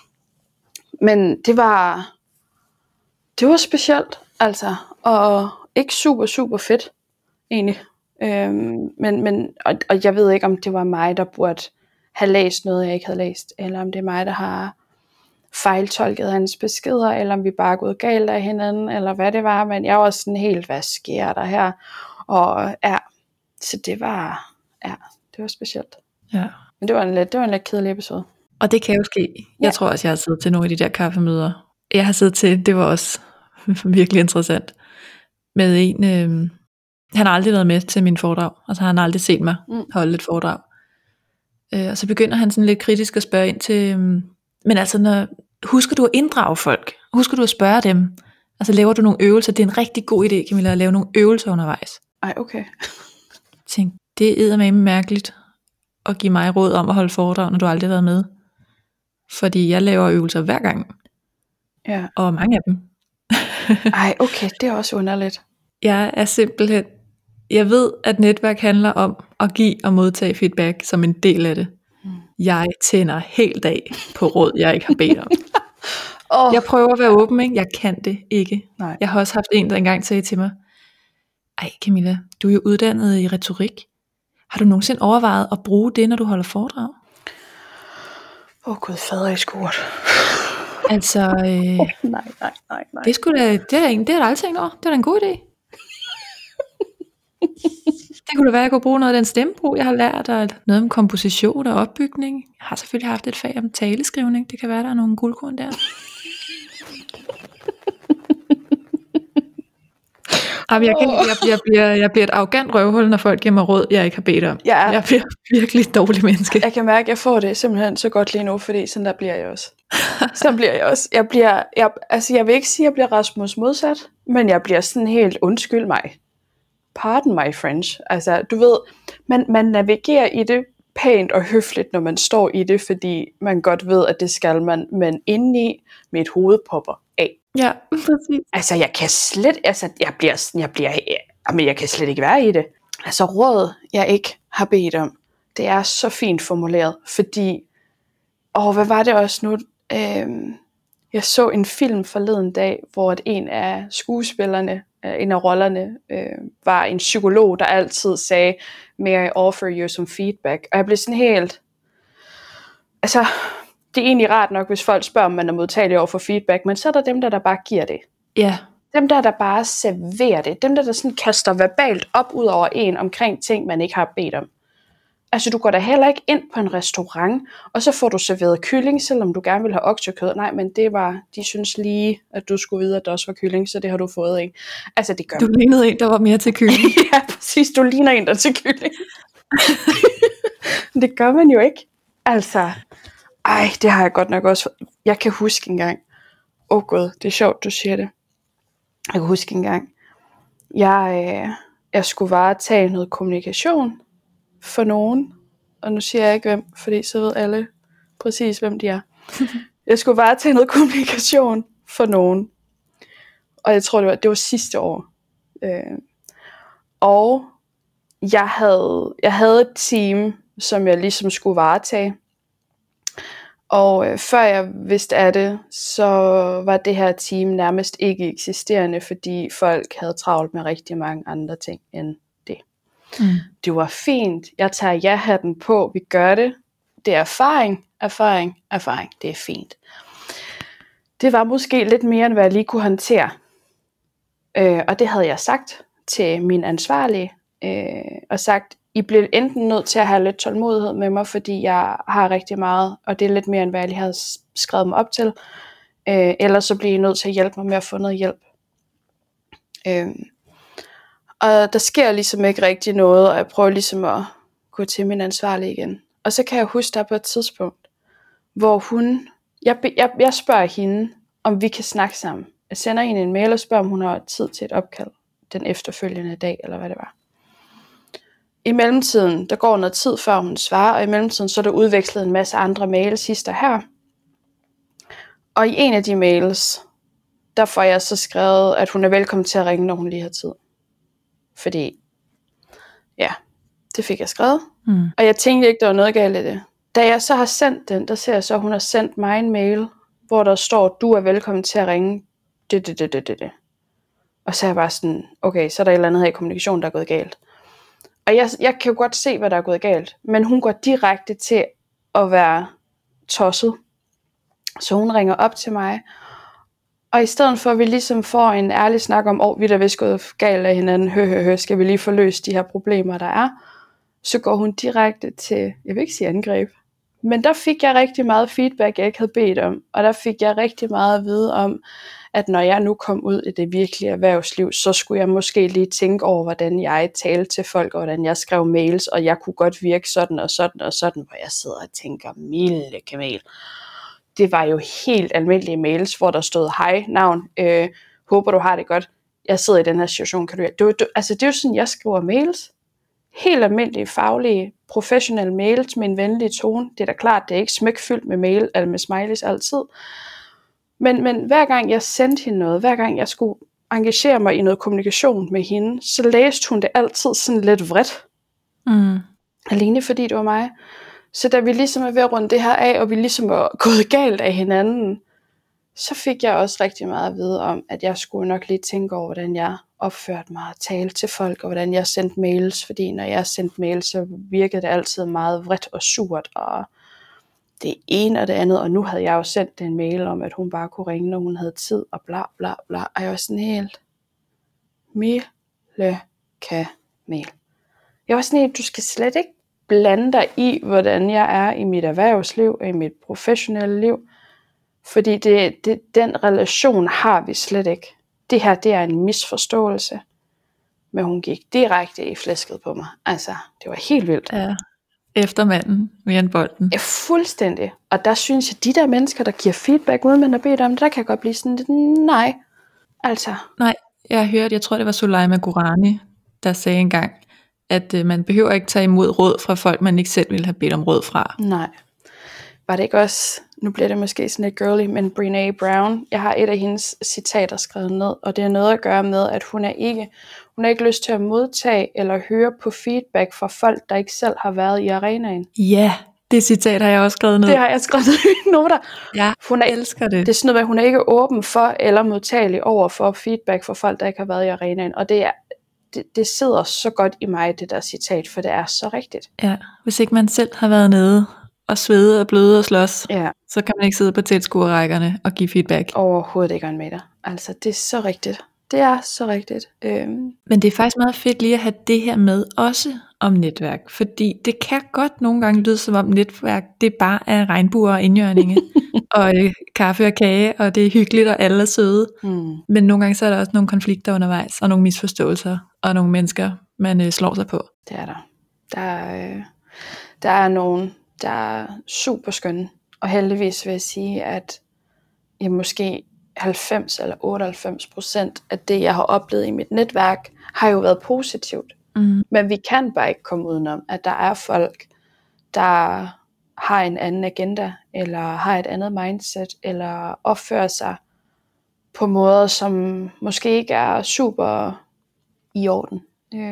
Men det var, det var specielt, altså, og ikke super, super fedt, egentlig. Øhm, men, men, og, og jeg ved ikke, om det var mig, der burde have læst noget, jeg ikke havde læst, eller om det er mig, der har fejltolket hans beskeder, eller om vi bare er gået galt af hinanden, eller hvad det var, men jeg var sådan helt, hvad sker der her? Og ja, så det var, ja, det var specielt. Ja. Men det var en lidt, det var en lidt kedelig episode. Og det kan jo ske. Jeg ja. tror også, jeg har siddet til nogle af de der kaffemøder. Jeg har siddet til, det var også virkelig interessant, med en, øh, han har aldrig været med til min foredrag, altså han har aldrig set mig mm. holde et foredrag. Øh, og så begynder han sådan lidt kritisk at spørge ind til, øh, men altså, når, husker du at inddrage folk? Husker du at spørge dem? Altså laver du nogle øvelser? Det er en rigtig god idé, Camilla, at lave nogle øvelser undervejs. Ej, okay. Tænk, det er eddermame mærkeligt at give mig råd om at holde foredrag, når du aldrig har været med. Fordi jeg laver øvelser hver gang. Ja. Og mange af dem. Ej, okay, det er også underligt. Jeg er simpelthen, jeg ved, at netværk handler om at give og modtage feedback som en del af det. Mm. Jeg tænder helt af på råd, jeg ikke har bedt om. Oh. Jeg prøver at være åben, ikke? Jeg kan det ikke. Nej. Jeg har også haft en, der engang sagde til mig, ej Camilla, du er jo uddannet i retorik. Har du nogensinde overvejet at bruge det, når du holder foredrag? Åh oh, gud, fader i skurt. Altså, øh, nej, nej, nej, nej. Det, skulle da, det, er da, det er da aldrig tænkt over. Det er da en god idé. Det kunne da være, at jeg kunne bruge noget af den stemmebrug, jeg har lært, og noget om komposition og opbygning. Jeg har selvfølgelig haft et fag om taleskrivning. Det kan være, der er nogle guldkorn der. Jamen, jeg, kan, jeg, jeg, bliver, jeg bliver et arrogant røvhul, når folk giver mig råd, jeg ikke har bedt om. Ja. Jeg bliver virkelig et dårligt menneske. Jeg kan mærke, at jeg får det simpelthen så godt lige nu, fordi sådan der bliver jeg også. Sådan bliver jeg også. Jeg bliver, jeg, altså jeg vil ikke sige, at jeg bliver Rasmus modsat, men jeg bliver sådan helt, undskyld mig. Pardon my French. Altså, du ved, man, man navigerer i det pænt og høfligt, når man står i det, fordi man godt ved, at det skal man, men indeni mit hoved popper af. Ja, præcis. Altså, jeg kan slet, altså, jeg bliver sådan, jeg bliver, men jeg kan slet ikke være i det. Altså, råd, jeg ikke har bedt om, det er så fint formuleret, fordi, åh, hvad var det også nu? Øhm, jeg så en film forleden dag, hvor en af skuespillerne, en af rollerne, øh, var en psykolog, der altid sagde, may I offer you some feedback? Og jeg blev sådan helt, altså, det er egentlig rart nok, hvis folk spørger, om man er modtagelig over for feedback, men så er der dem, der, der bare giver det. Ja. Dem der, der bare serverer det. Dem der, der sådan kaster verbalt op ud over en omkring ting, man ikke har bedt om. Altså, du går da heller ikke ind på en restaurant, og så får du serveret kylling, selvom du gerne vil have oksekød. Nej, men det var, de synes lige, at du skulle vide, at der også var kylling, så det har du fået, ikke? Altså, det gør Du lignede en, der var mere til kylling. ja, præcis. Du ligner en, der er til kylling. Det gør man jo ikke. Altså, ej, det har jeg godt nok også. Jeg kan huske engang. Åh oh gud, det er sjovt, du siger det. Jeg kan huske engang. Jeg, øh, jeg skulle varetage noget kommunikation for nogen. Og nu siger jeg ikke hvem, fordi så ved alle præcis, hvem de er. Jeg skulle varetage noget kommunikation for nogen. Og jeg tror, det var, det var sidste år. Øh, og jeg havde, jeg havde et team, som jeg ligesom skulle varetage. Og øh, før jeg vidste af det, så var det her team nærmest ikke eksisterende, fordi folk havde travlt med rigtig mange andre ting end det. Mm. Det var fint. Jeg tager ja-hatten på. Vi gør det. Det er erfaring, erfaring, erfaring. Det er fint. Det var måske lidt mere, end hvad jeg lige kunne håndtere. Øh, og det havde jeg sagt til min ansvarlige. Øh, og sagt, I bliver enten nødt til at have lidt tålmodighed med mig, fordi jeg har rigtig meget, og det er lidt mere, end hvad jeg lige havde skrevet mig op til. Øh, eller så bliver I nødt til at hjælpe mig med at få noget hjælp. Øh, og der sker ligesom ikke rigtig noget, og jeg prøver ligesom at gå til min ansvarlige igen. Og så kan jeg huske, der på et tidspunkt, hvor hun, jeg, jeg, jeg spørger hende, om vi kan snakke sammen. Jeg sender hende en mail og spørger, om hun har tid til et opkald den efterfølgende dag, eller hvad det var. I mellemtiden, der går noget tid før hun svarer, og i mellemtiden så er der udvekslet en masse andre mails hister her. Og i en af de mails, der får jeg så skrevet, at hun er velkommen til at ringe, når hun lige har tid. Fordi, ja, det fik jeg skrevet. Mm. Og jeg tænkte ikke, der var noget galt i det. Da jeg så har sendt den, der ser jeg så, at hun har sendt mig en mail, hvor der står, du er velkommen til at ringe. Det, det, det, det, det, det. Og så er jeg bare sådan, okay, så er der et eller andet her i kommunikationen, der er gået galt. Og jeg, jeg kan jo godt se, hvad der er gået galt. Men hun går direkte til at være tosset. Så hun ringer op til mig. Og i stedet for, at vi ligesom får en ærlig snak om, åh, oh, vi er da vist gået galt af hinanden, hø, hø, hø, skal vi lige få løst de her problemer, der er. Så går hun direkte til, jeg vil ikke sige angreb. Men der fik jeg rigtig meget feedback, jeg ikke havde bedt om. Og der fik jeg rigtig meget at vide om, at når jeg nu kom ud i det virkelige erhvervsliv, så skulle jeg måske lige tænke over, hvordan jeg talte til folk, og hvordan jeg skrev mails, og jeg kunne godt virke sådan og sådan og sådan, hvor jeg sidder og tænker, milde kamel. Det var jo helt almindelige mails, hvor der stod, hej, navn, øh, håber du har det godt, jeg sidder i den her situation, kan du det, det, altså det er jo sådan, jeg skriver mails. Helt almindelige, faglige, professionelle mails med en venlig tone. Det er da klart, det er ikke smækfyldt med mail, eller med smileys altid. Men, men hver gang jeg sendte hende noget, hver gang jeg skulle engagere mig i noget kommunikation med hende, så læste hun det altid sådan lidt vredt. Mm. Alene fordi det var mig. Så da vi ligesom er ved at runde det her af, og vi ligesom er gået galt af hinanden, så fik jeg også rigtig meget at vide om, at jeg skulle nok lige tænke over, hvordan jeg opførte mig og talte til folk, og hvordan jeg sendte mails, fordi når jeg sendte mails, så virkede det altid meget vredt og surt, og det ene og det andet, og nu havde jeg jo sendt en mail om, at hun bare kunne ringe, når hun havde tid, og bla bla bla, og jeg var sådan helt, Mille Kamel. Jeg var sådan helt, du skal slet ikke blande dig i, hvordan jeg er i mit erhvervsliv, og i mit professionelle liv, fordi det, det, den relation har vi slet ikke. Det her, det er en misforståelse. Men hun gik direkte i flæsket på mig. Altså, det var helt vildt. Ja, efter manden, mere end bolden. Ja, fuldstændig. Og der synes jeg, de der mennesker, der giver feedback, uden man har bedt om det, der kan jeg godt blive sådan lidt, nej. Altså. Nej, jeg hørte, jeg tror det var Soleima Gourani, der sagde engang, at øh, man behøver ikke tage imod råd fra folk, man ikke selv ville have bedt om råd fra. Nej. Var det ikke også, nu bliver det måske sådan lidt girly, men Brené Brown, jeg har et af hendes citater skrevet ned, og det har noget at gøre med, at hun er ikke, hun har ikke lyst til at modtage eller høre på feedback fra folk, der ikke selv har været i arenaen. Ja, det citat har jeg også skrevet ned. Det har jeg skrevet ned i mine noter. Ja, hun er, elsker det. Det er sådan noget, at hun er ikke åben for eller modtagelig over for feedback fra folk, der ikke har været i arenaen, og det er Det, det sidder så godt i mig, det der citat, for det er så rigtigt. Ja, hvis ikke man selv har været nede og svede og bløde og slås, ja. så kan man ikke sidde på tilskuerrækkerne og give feedback. Overhovedet ikke en meter. Altså, det er så rigtigt. Det er så rigtigt. Øhm. Men det er faktisk meget fedt lige at have det her med også om netværk, fordi det kan godt nogle gange lyde som om netværk, det bare er regnbuer og indjørninge, og øh, kaffe og kage, og det er hyggeligt, og alle er søde. Mm. Men nogle gange så er der også nogle konflikter undervejs, og nogle misforståelser, og nogle mennesker, man øh, slår sig på. Det er der. Der er, øh, der er nogen, der er super skønne, og heldigvis vil jeg sige, at jeg måske halvfems eller otteoghalvfems procent af det, jeg har oplevet i mit netværk, har jo været positivt. Mm. Men vi kan bare ikke komme udenom, at der er folk, der har en anden agenda, eller har et andet mindset, eller opfører sig på måder, som måske ikke er super i orden.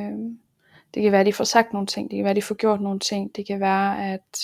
Det kan være, at de får sagt nogle ting, det kan være, at de får gjort nogle ting, det kan være, at,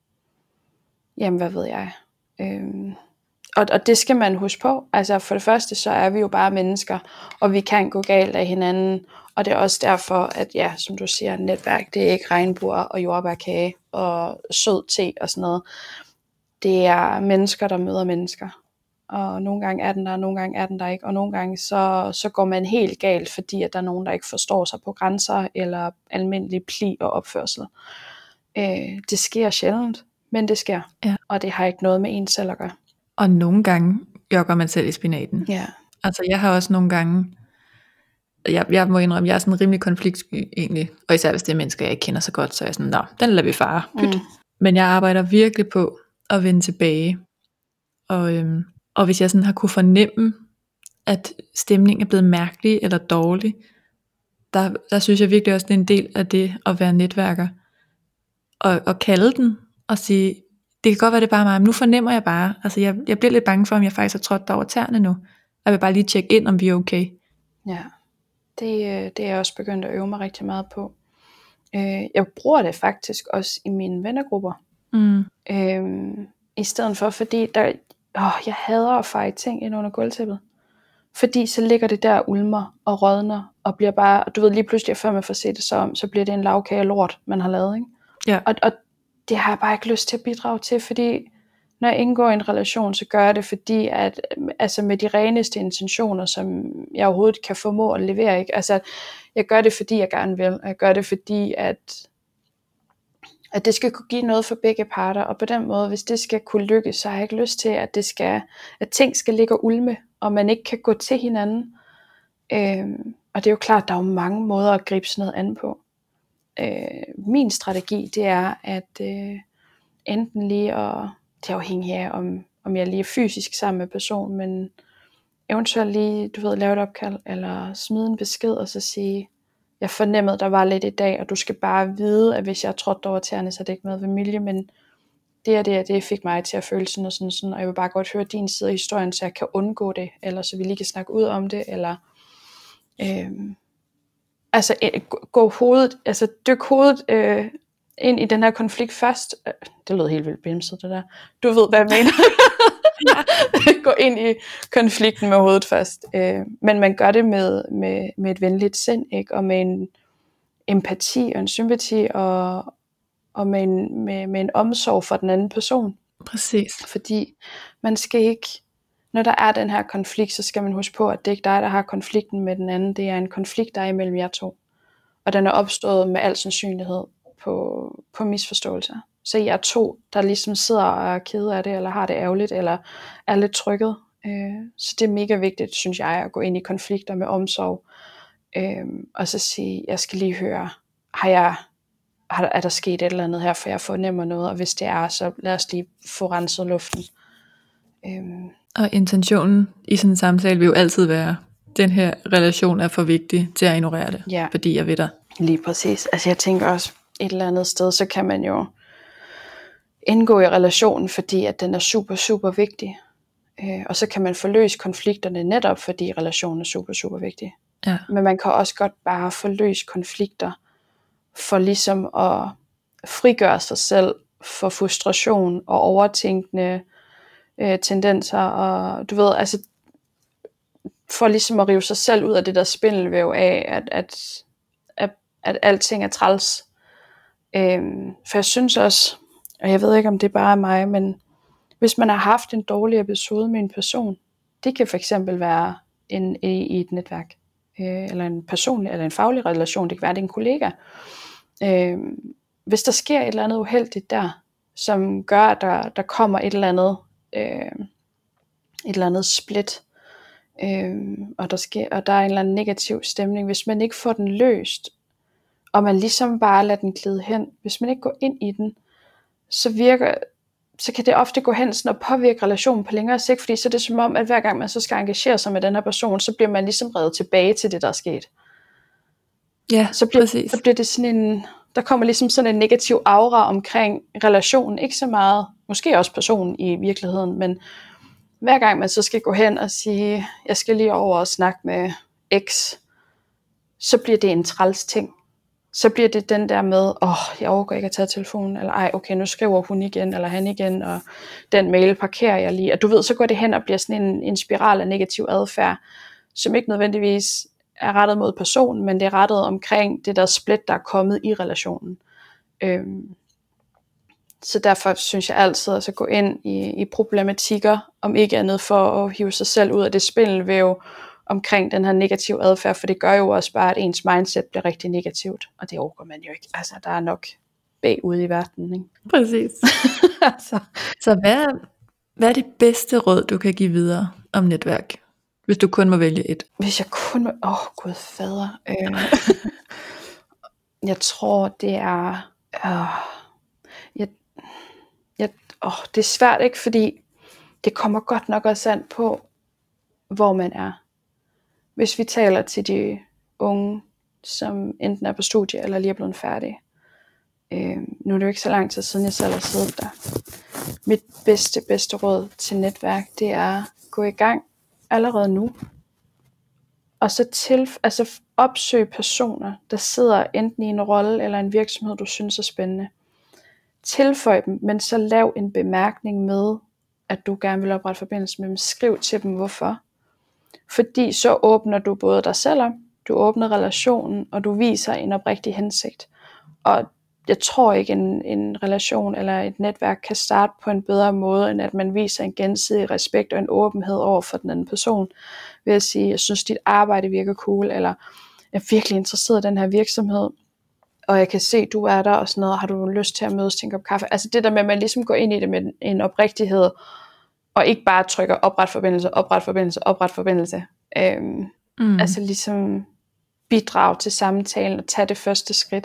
jamen hvad ved jeg, øhm, Og, og det skal man huske på. Altså for det første, så er vi jo bare mennesker, og vi kan gå galt af hinanden. Og det er også derfor, at ja, som du siger, netværk, det er ikke regnbuer og jordbærkage og sød te og sådan noget. Det er mennesker, der møder mennesker. Og nogle gange er den der, nogle gange er den der ikke. Og nogle gange så, så går man helt galt, fordi at der er nogen, der ikke forstår sig på grænser eller almindelig pli og opførsel. Øh, det sker sjældent, men det sker. Ja. Og det har ikke noget med en selv at gøre. Og nogle gange jogger man selv i spinaten. Ja. Altså jeg har også nogle gange, jeg, jeg må indrømme, jeg er sådan rimelig konfliktsky egentlig, og især hvis det er mennesker, jeg ikke kender så godt, så er jeg sådan, nå, den lader vi fare, pyt. Mm. Men jeg arbejder virkelig på at vende tilbage, og, øhm, og hvis jeg sådan har kunne fornemme, at stemningen er blevet mærkelig eller dårlig, der, der synes jeg virkelig også, det er en del af det at være netværker, og, og kalde den, og sige, det kan godt være, det er bare mig, men nu fornemmer jeg bare, altså jeg, jeg bliver lidt bange for, om jeg faktisk har trådt over tæerne nu. Jeg vil bare lige tjekke ind, om vi er okay. Ja, det, det er jeg også begyndt at øve mig rigtig meget på. Jeg bruger det faktisk også i mine vennegrupper. Mm. Øhm, I stedet for, fordi der, åh, jeg hader at feje ting ind under gulvtæppet. Fordi så ligger det der ulmer og rådner, og bliver bare, du ved lige pludselig, før man får set det så om, så bliver det en lavkage lort, man har lavet, ikke? Ja. Og, og det har jeg bare ikke lyst til at bidrage til, fordi når jeg indgår i en relation, så gør jeg det, fordi at, altså med de reneste intentioner, som jeg overhovedet kan formå at levere, ikke? Altså, jeg gør det, fordi jeg gerne vil, og jeg gør det, fordi at, at det skal kunne give noget for begge parter, og på den måde, hvis det skal kunne lykkes, så har jeg ikke lyst til, at det skal, at ting skal ligge og ulme, og man ikke kan gå til hinanden. Øhm, og det er jo klart, der er jo mange måder at gribe sådan noget an på. Øh, min strategi, det er, at øh, enten lige at, det er afhængig af, om, om jeg lige er fysisk sammen med personen, men eventuelt lige, du ved, lave et opkald, eller smide en besked, og så sige, jeg fornemmede, der var lidt i dag, og du skal bare vide, at hvis jeg trådte over tæerne, så er det ikke noget ved milje, men det og det og det fik mig til at føle sådan og sådan, sådan, og jeg vil bare godt høre din side af historien, så jeg kan undgå det, eller så vi lige kan snakke ud om det, eller øh, altså gå hovedet, altså dyk hovedet øh, ind i den her konflikt først. Det lød helt vildt bimset, det der. Du ved, hvad jeg mener. Gå ind i konflikten med hovedet først. Øh, men man gør det med, med, med et venligt sind, ikke? Og med en empati og en sympati, og, og med, en, med, med en omsorg for den anden person. Præcis. Fordi man skal ikke, når der er den her konflikt, så skal man huske på, at det ikke er dig, der har konflikten med den anden. Det er en konflikt, der er imellem jer to. Og den er opstået med al sandsynlighed på, på misforståelser. Så I er to, der ligesom sidder og er kede af det, eller har det ærgerligt, eller er lidt trykket. Øh, så det er mega vigtigt, synes jeg, at gå ind i konflikter med omsorg. Øh, og så sige, jeg skal lige høre, har jeg, har, er der sket et eller andet her, for jeg fornemmer noget, og hvis det er, så lad os lige få renset luften. Øh. Og intentionen i sådan en samtale vil jo altid være, den her relation er for vigtig til at ignorere det, Ja. Fordi jeg ved dig. Lige præcis. Altså jeg tænker også, et eller andet sted, så kan man jo indgå i relationen, fordi at den er super, super vigtig. Øh, og så kan man forløse konflikterne netop, fordi relationen er super, super vigtig. Ja. Men man kan også godt bare forløse konflikter, for ligesom at frigøre sig selv for frustration og overtænkende øh, tendenser. Og du ved, altså for ligesom at rive sig selv ud af det der spindelvæv af, at, at, at, at alting er træls. Øhm, for jeg synes også, og jeg ved ikke om det bare er mig, men hvis man har haft en dårlig episode med en person, det kan for eksempel være en, i, i et netværk, øh, eller en personlig, eller en faglig relation, det kan være, det er en kollega. Øh, hvis der sker et eller andet uheldigt der, som gør, at der, der kommer et eller andet, øh, et eller andet split, øh, og, der sker, og der er en eller anden negativ stemning, hvis man ikke får den løst, og man ligesom bare lader den glide hen, hvis man ikke går ind i den, så virker, så kan det ofte gå hen sådan og påvirke relationen på længere sigt, fordi så er det som om, at hver gang man så skal engagere sig med den her person, så bliver man ligesom revet tilbage til det, der er sket. Ja, så bliver, præcis. så bliver det sådan en, der kommer ligesom sådan en negativ aura omkring relationen, ikke så meget, måske også personen i virkeligheden, men hver gang man så skal gå hen og sige, jeg skal lige over og snakke med X, så bliver det en træls ting. Så bliver det den der med, åh, oh, jeg overgår ikke at tage telefonen, eller ej, okay, nu skriver hun igen, eller han igen, og den mail parkerer jeg lige. Og du ved, så går det hen og bliver sådan en, en spiral af negativ adfærd, som ikke nødvendigvis er rettet mod personen, men det er rettet omkring det der split, der er kommet i relationen. Øhm, så derfor synes jeg altid at gå ind i, i problematikker, om ikke andet for at hive sig selv ud af det spindelvæv, omkring den her negative adfærd, for det gør jo også bare, at ens mindset bliver rigtig negativt, og det overgår man jo ikke. Altså, der er nok bagud i verden, ikke? Præcis. altså. Så hvad, hvad er det bedste råd, du kan give videre om netværk, hvis du kun må vælge et? Hvis jeg kun må... Åh, oh, gud fader. Øh. jeg tror, det er... Øh. Jeg, jeg, oh, det er svært, ikke? Fordi det kommer godt nok også an på, hvor man er. Hvis vi taler til de unge, som enten er på studie eller lige er blevet færdige. Øh, nu er det jo ikke så lang tid siden, jeg selv har siddet der. Mit bedste, bedste råd til netværk, det er at gå i gang allerede nu. Og så til, altså opsøge personer, der sidder enten i en rolle eller en virksomhed, du synes er spændende. Tilføj dem, men så lav en bemærkning med, at du gerne vil oprette forbindelse med dem. Skriv til dem, hvorfor. Fordi så åbner du både dig selv om, du åbner relationen, og du viser en oprigtig hensigt. Og jeg tror ikke, en, en relation eller et netværk kan starte på en bedre måde, end at man viser en gensidig respekt og en åbenhed over for den anden person. Ved at sige, jeg synes, dit arbejde virker cool, eller jeg er virkelig interesseret i den her virksomhed, og jeg kan se, du er der og sådan noget, har du lyst til at mødes til en kop kaffe? Altså det der med, at man ligesom går ind i det med en oprigtighed, og ikke bare trykker opret forbindelse, opret forbindelse, opret forbindelse. Øhm, mm. Altså ligesom bidrage til samtalen og tage det første skridt.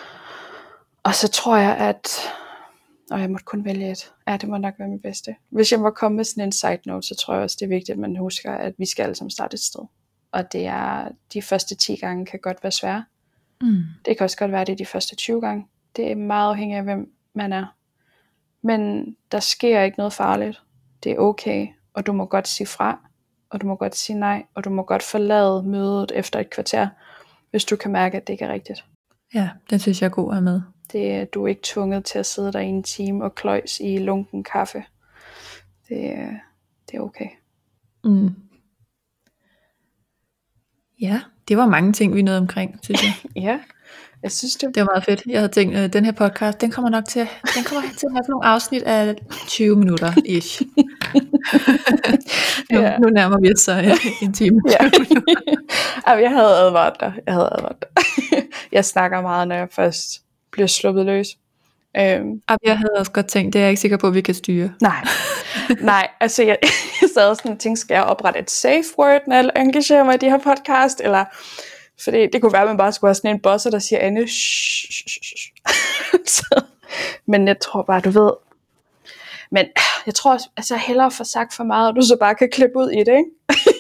Og så tror jeg, at... Og jeg måtte kun vælge et. Ja, det må nok være mit bedste. Hvis jeg må komme med sådan en side note, så tror jeg også, det er vigtigt, at man husker, at vi skal alle sammen starte et sted. Og det er de første ti gange kan godt være svære. Mm. Det kan også godt være, at det er de første tyve gange. Det er meget afhængigt af, hvem man er. Men der sker ikke noget farligt. Det er okay, og du må godt sige fra, og du må godt sige nej, og du må godt forlade mødet efter et kvarter, hvis du kan mærke, at det ikke er rigtigt. Ja, den synes jeg er god at have med. Det Det, du er ikke tvunget til at sidde der i en time og kløjs i lunken kaffe. Det, det er okay. Mm. Ja, det var mange ting, vi nåede omkring, synes jeg. Ja, jeg synes det. Det var meget fedt. Jeg havde tænkt, at den her podcast, den kommer nok til at, den kommer til at have nogle afsnit af tyve minutter ish. nu, Ja. nu nærmer vi os så ja, en time. Ja. Jamen, jeg havde advaret dig. Jeg havde advaret dig. Jeg snakker meget, når jeg først bliver sluppet løs. Øhm, Jeg havde også godt tænkt, det er jeg ikke sikker på, at vi kan styre. nej, nej, altså jeg, jeg sad sådan og tænkte, skal jeg oprette et safe word, når jeg engagerer mig i de her podcast, eller, fordi det kunne være, at man bare skulle have sådan en bosser, der siger, Anne, shh, shh, shh. Så, men jeg tror bare, du ved, men jeg tror også, altså jeg hellere får sagt for meget, og du så bare kan klippe ud i det, ikke?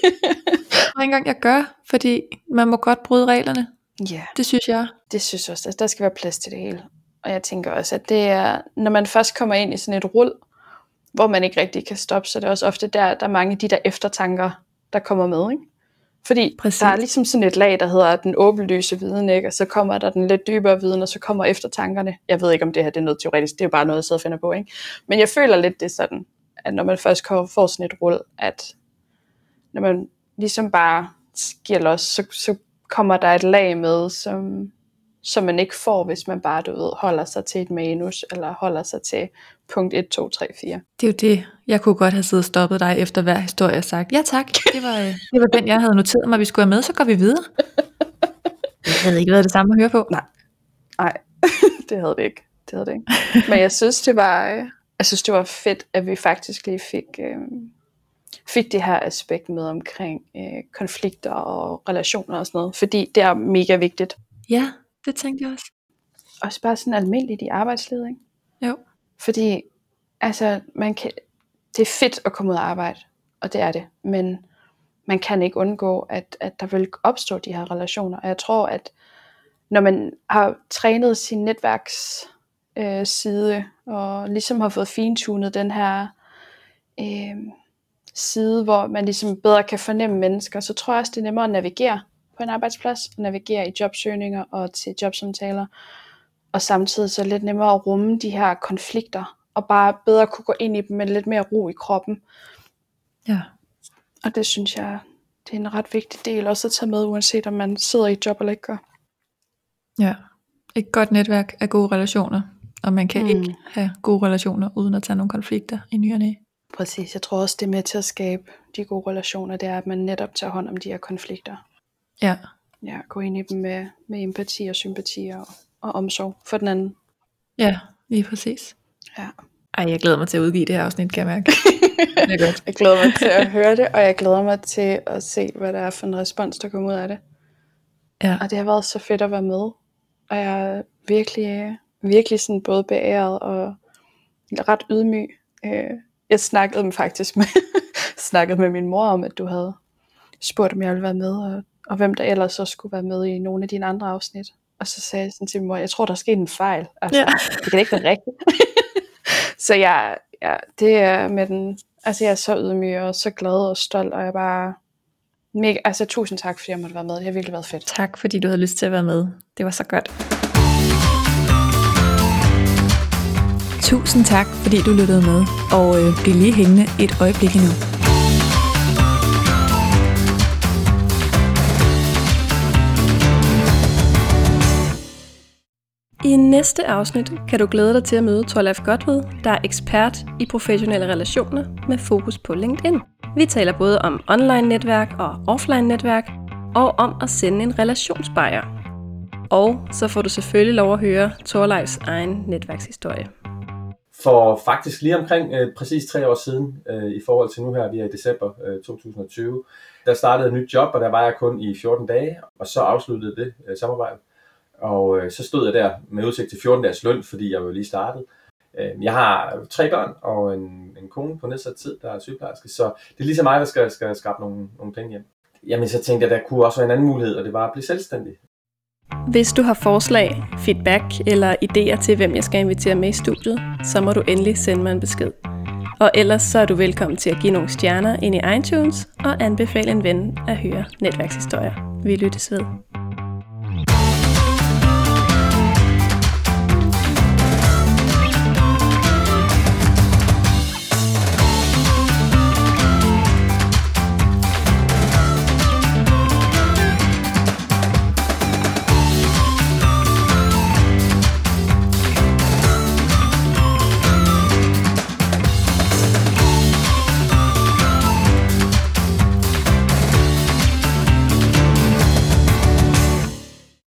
Det er ikke engang, jeg gør, fordi man må godt bryde reglerne. Ja, yeah, Det synes jeg. det synes jeg også, altså, der skal være plads til det hele. Og jeg tænker også, at det er, når man først kommer ind i sådan et rul, hvor man ikke rigtig kan stoppe, så det er også ofte der, der er mange af de der eftertanker, der kommer med, ikke? Fordi Præcis. der er ligesom sådan et lag, der hedder den åbenlyse viden, ikke? Og så kommer der den lidt dybere viden, og så kommer eftertankerne. Jeg ved ikke, om det her det er noget teoretisk, det er jo bare noget, jeg sidder og finder på, ikke? Men jeg føler lidt, det er sådan, at når man først får sådan et rul, at når man ligesom bare giver los, så, så kommer der et lag med, som, som man ikke får, hvis man bare, du ved, holder sig til et manus, eller holder sig til punkt et, to, tre, fire. Det er jo det. Jeg kunne godt have siddet og stoppet dig efter hver historie og sagt, ja tak, det var, øh, det var den, jeg havde noteret mig, vi skulle have med, så går vi videre. Det havde ikke været det samme at høre på. Nej, nej, det havde det ikke. Det havde det ikke. Men jeg synes, det var, øh, jeg synes, det var fedt, at vi faktisk lige fik, øh, fik det her aspekt med omkring øh, konflikter og relationer og sådan noget, fordi det er mega vigtigt. Ja, det tænkte jeg også. Også bare sådan almindeligt i arbejdslivet, ikke? Jo. Fordi, altså, man kan, det er fedt at komme ud af arbejde, og det er det, men man kan ikke undgå, at, at der vil opstå de her relationer, og jeg tror, at når man har trænet sin netværks øh, side, og ligesom har fået fintunet den her øh, side, hvor man ligesom bedre kan fornemme mennesker, så tror jeg også, det er nemmere at navigere på en arbejdsplads, og navigere i jobsøgninger og til jobsamtaler, og samtidig så lidt nemmere at rumme de her konflikter, og bare bedre kunne gå ind i dem med lidt mere ro i kroppen. Ja. Og det synes jeg, det er en ret vigtig del også at tage med, uanset om man sidder i et job eller ikke gør. Ja. Et godt netværk af gode relationer, og man kan mm. ikke have gode relationer, uden at tage nogle konflikter i ny og næ. Præcis, jeg tror også, det er med til at skabe de gode relationer, det er, at man netop tager hånd om de her konflikter. Ja. Ja, gå ind i dem med, med empati og sympati og, og omsorg for den anden. Ja, lige præcis. Ja. Ej, jeg glæder mig til at udgive det her afsnit, kan jeg mærke. Det er godt. Jeg glæder mig til at høre det, og jeg glæder mig til at se, hvad der er for en respons, der kommer ud af det. Ja. Og det har været så fedt at være med. Og jeg er virkelig, virkelig sådan både beæret og ret ydmyg. Jeg snakkede faktisk med, snakkede med min mor om, at du havde spurgt, om jeg ville være med, og, og hvem der ellers så skulle være med i nogle af dine andre afsnit. Og så sagde jeg sådan til min mor, jeg tror, der er sket en fejl. Altså, Ja. det kan ikke være rigtigt. Så jeg, ja, det er med den, altså jeg er så ydmyg og så glad og stolt, og jeg er bare mega, altså tusind tak, fordi jeg måtte være med. Det har virkelig været fedt. Tak, fordi du havde lyst til at være med. Det var så godt. Tusind tak, fordi du lyttede med, og øh, bliv lige hængende et øjeblik endnu. I næste afsnit kan du glæde dig til at møde Thorleif Godtved, der er ekspert i professionelle relationer med fokus på LinkedIn. Vi taler både om online-netværk og offline-netværk, og om at sende en relationsbajer. Og så får du selvfølgelig lov at høre Thorleifs egen netværkshistorie. For faktisk lige omkring øh, præcis tre år siden, øh, i forhold til nu her, vi er i december øh, to tusind og tyve, der startede et nyt job, og der var jeg kun i fjorten dage, og så afsluttede det øh, samarbejde. Og øh, så stod jeg der med udsigt til fjorten dages løn, fordi jeg var lige startet. Øh, jeg har tre børn og en, en kone på nedsat tid, der er sygeplejerske, så det er ligesom mig, der skal, skal skabe nogle, nogle penge hjem. Jamen så tænkte jeg, at der kunne også være en anden mulighed, og det var at blive selvstændig. Hvis du har forslag, feedback eller idéer til, hvem jeg skal invitere med i studiet, så må du endelig sende mig en besked. Og ellers så er du velkommen til at give nogle stjerner ind i iTunes og anbefale en ven at høre netværkshistorier. Vi lyttes ved.